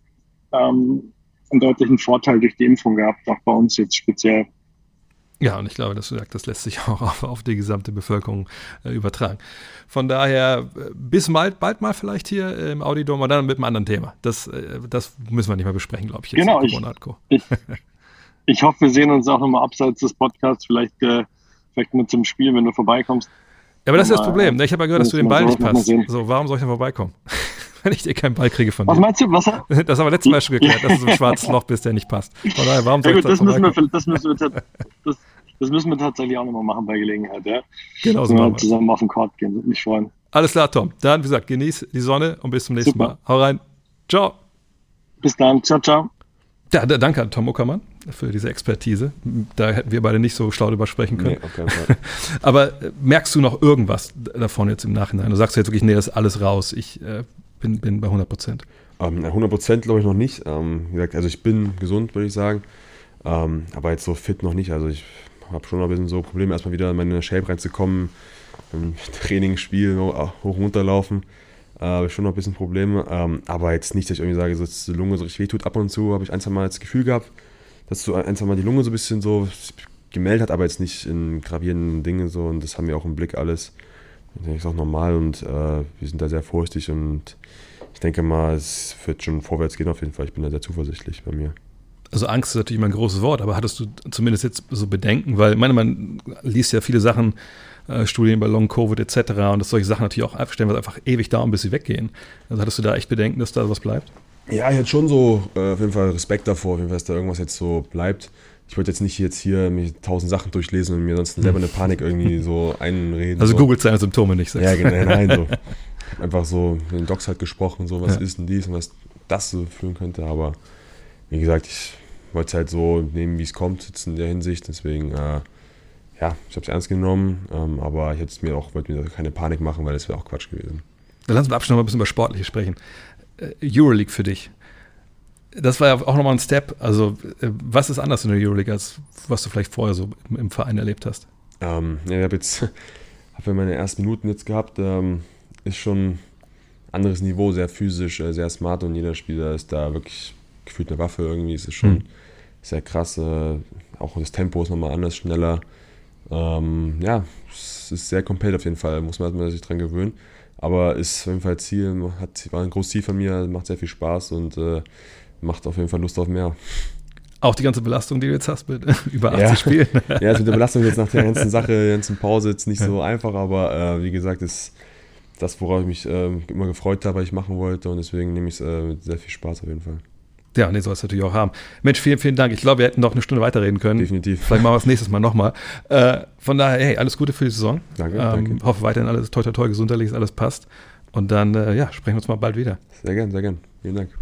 ähm, einen deutlichen Vorteil durch die Impfung gehabt, auch bei uns jetzt speziell. Ja, und ich glaube, dass du sagst, das lässt sich auch auf, auf die gesamte Bevölkerung äh, übertragen. Von daher, bis bald, bald mal vielleicht hier im Audidom, oder dann mit einem anderen Thema. Das, äh, das müssen wir nicht mehr besprechen, glaube ich. Jetzt genau, ich, ich, ich hoffe, wir sehen uns auch nochmal abseits des Podcasts, vielleicht, äh, vielleicht nur zum Spiel, wenn du vorbeikommst. Ja, aber das ist das Problem. Ich habe ja gehört, dass du den Ball nicht passt. So, warum soll ich da vorbeikommen? Wenn ich dir keinen Ball kriege von dir. Was meinst du? Was? Das haben wir letztes Mal schon geklärt, dass du so ein schwarzes Loch bist, der nicht passt. Von daher, warum soll ja, ich gut, da das, müssen wir, das, müssen wir, das, das müssen wir tatsächlich auch nochmal machen bei Gelegenheit. Ja? Genau so. Wenn wir zusammen auf den Court gehen, würde mich freuen. Alles klar, Tom. Dann, wie gesagt, genieß die Sonne und bis zum nächsten Super. Mal. Hau rein. Ciao. Bis dann. Ciao, ciao. Ja, danke an Tom Uckermann für diese Expertise. Da hätten wir beide nicht so schlau drüber sprechen können. Nee, auf keinen Fall. Aber merkst du noch irgendwas davon jetzt im Nachhinein? Du sagst jetzt wirklich, nee, das ist alles raus. Ich äh, bin, bin bei hundert Prozent. Ähm, hundert Prozent glaube ich noch nicht. Ähm, wie gesagt, also ich bin gesund, würde ich sagen. Ähm, aber jetzt so fit noch nicht. Also ich habe schon noch ein bisschen so Probleme, erstmal wieder in meine Shape reinzukommen. Im Training, Spiel, hoch und runter laufen. Äh, habe ich schon noch ein bisschen Probleme. Ähm, aber jetzt nicht, dass ich irgendwie sage, dass die Lunge so richtig wehtut. Ab und zu habe ich ein, zwei Mal das Gefühl gehabt, dass so ein, zwei Mal die Lunge so ein bisschen so gemeldet hat, aber jetzt nicht in gravierenden Dingen so. Und das haben wir auch im Blick alles. Das ist auch normal und äh, wir sind da sehr vorsichtig und ich denke mal, es wird schon vorwärts gehen auf jeden Fall. Ich bin da sehr zuversichtlich bei mir. Also Angst ist natürlich immer ein großes Wort, aber hattest du zumindest jetzt so Bedenken? Weil, ich meine, man liest ja viele Sachen, äh, Studien bei Long-Covid et cetera und dass solche Sachen natürlich auch stellenweise einfach ewig dauern, bis sie weggehen. Also hattest du da echt Bedenken, dass da was bleibt? Ja, ich hatte schon so äh, auf jeden Fall Respekt davor, auf jeden Fall, dass da irgendwas jetzt so bleibt. ich wollte jetzt nicht jetzt hier mir tausend Sachen durchlesen und mir sonst selber eine Panik irgendwie so einreden. Also so. googelt seine Symptome nicht. Ja, genau, nein, so. Einfach so mit den Docs halt gesprochen, so was ja. ist denn dies und was das so fühlen könnte, aber wie gesagt, ich wollte es halt so nehmen, wie es kommt, jetzt in der Hinsicht, deswegen, äh, ja, ich habe es ernst genommen, ähm, aber ich hätte es mir auch, wollte mir keine Panik machen, weil das wäre auch Quatsch gewesen. Dann lass uns im Abschluss noch mal ein bisschen über Sportliche sprechen. Äh, Euroleague für dich. Das war ja auch nochmal ein Step, also äh, was ist anders in der Euroleague, als was du vielleicht vorher so im, im Verein erlebt hast? Ähm, ja, ich habe jetzt, habe ja meine ersten Minuten jetzt gehabt, ähm, ist schon anderes Niveau, sehr physisch, sehr smart und jeder Spieler ist da wirklich gefühlt eine Waffe irgendwie. Es ist schon mhm. sehr krass. Äh, auch das Tempo ist nochmal anders, schneller. Ähm, ja, es ist sehr komplett auf jeden Fall, muss man sich dran gewöhnen. Aber ist auf jeden Fall Ziel, hat, war ein großes Ziel von mir, macht sehr viel Spaß und äh, macht auf jeden Fall Lust auf mehr. Auch die ganze Belastung, die du jetzt hast mit über achtzig ja. Spielen. Ja, ist mit der Belastung jetzt nach der ganzen Sache, der ganzen Pause jetzt nicht so einfach, aber äh, wie gesagt, ist das, worauf ich mich äh, immer gefreut habe, was ich machen wollte und deswegen nehme ich es äh, mit sehr viel Spaß auf jeden Fall. Ja, nee, soll es natürlich auch haben. Mensch, vielen, vielen Dank. Ich glaube, wir hätten noch eine Stunde weiterreden können. Definitiv. Vielleicht machen wir es nächstes Mal nochmal. Äh, von daher, hey, alles Gute für die Saison. Danke, ähm, danke. Hoffe weiterhin alles toi, toi, toi, gesundheitlich, alles passt. Und dann, äh, ja, sprechen wir uns mal bald wieder. Sehr gern, sehr gern. Vielen Dank.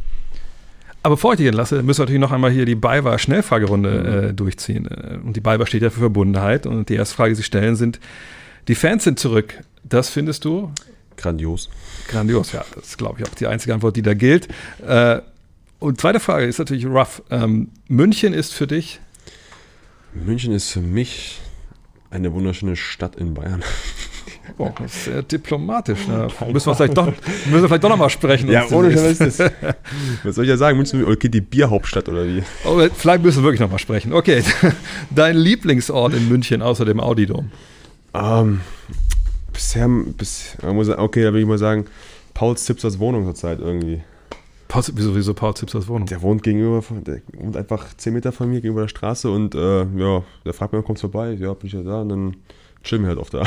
Aber bevor ich dich entlasse, müssen wir natürlich noch einmal hier die BayWa-Schnellfragerunde mhm. äh, durchziehen. Und die BayWa steht ja für Verbundenheit. Und die erste Frage, die sie stellen, sind, die Fans sind zurück. Das findest du? Grandios. Grandios, ja. Das ist, glaube ich, auch die einzige Antwort, die da gilt. Äh, und zweite Frage ist natürlich rough. Ähm, München ist für dich? München ist für mich eine wunderschöne Stadt in Bayern. Oh, das ist sehr diplomatisch. Ne? Müssen wir vielleicht doch, müssen wir vielleicht doch nochmal sprechen. Ja, ohne was ist das? Was soll ich ja sagen? München, okay, die Bierhauptstadt oder wie? Oh, vielleicht müssen wir wirklich nochmal sprechen. Okay, dein Lieblingsort in München außer dem Audi-Dom? Um, bisher, bis, okay, da würde ich mal sagen, Paul Zipsers Wohnung zurzeit irgendwie. Paul, wieso, wieso Paul Zipsers Wohnung? Der wohnt gegenüber, der wohnt einfach zehn Meter von mir gegenüber der Straße und äh, ja, der fragt mich, kommst du vorbei? Ja, bin ich ja da und dann chillen wir halt oft da.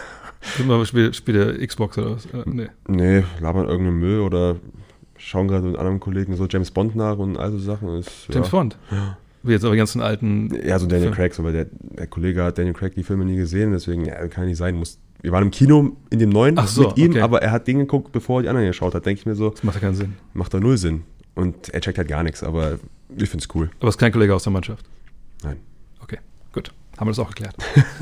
Spielt, spielt der Xbox oder was? Äh, nee. Nee, labern irgendeinen Müll oder schauen gerade mit anderen Kollegen so James Bond nach und all so Sachen. Ist, James ja. Bond? Ja. Wie jetzt aber die ganzen alten... Ja, so Daniel Film. Craig, so, weil der, der Kollege hat Daniel Craig die Filme nie gesehen, deswegen, ja, kann nicht sein. Muss, wir waren im Kino in dem neuen Ach so, mit ihm, okay. aber er hat den geguckt, bevor er die anderen geschaut hat. Denke ich mir so... Das macht ja keinen Sinn. Macht doch null Sinn. Und er checkt halt gar nichts, aber ich finde es cool. Aber ist kein Kollege aus der Mannschaft? Nein. Okay, gut. Haben wir das auch geklärt.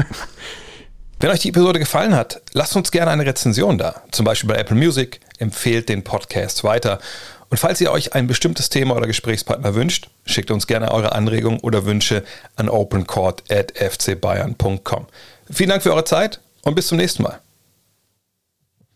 Wenn euch die Episode gefallen hat, lasst uns gerne eine Rezension da. Zum Beispiel bei Apple Music. Empfehlt den Podcast weiter. Und falls ihr euch ein bestimmtes Thema oder Gesprächspartner wünscht, schickt uns gerne eure Anregungen oder Wünsche an opencourt at f c bayern punkt com. Vielen Dank für eure Zeit und bis zum nächsten Mal.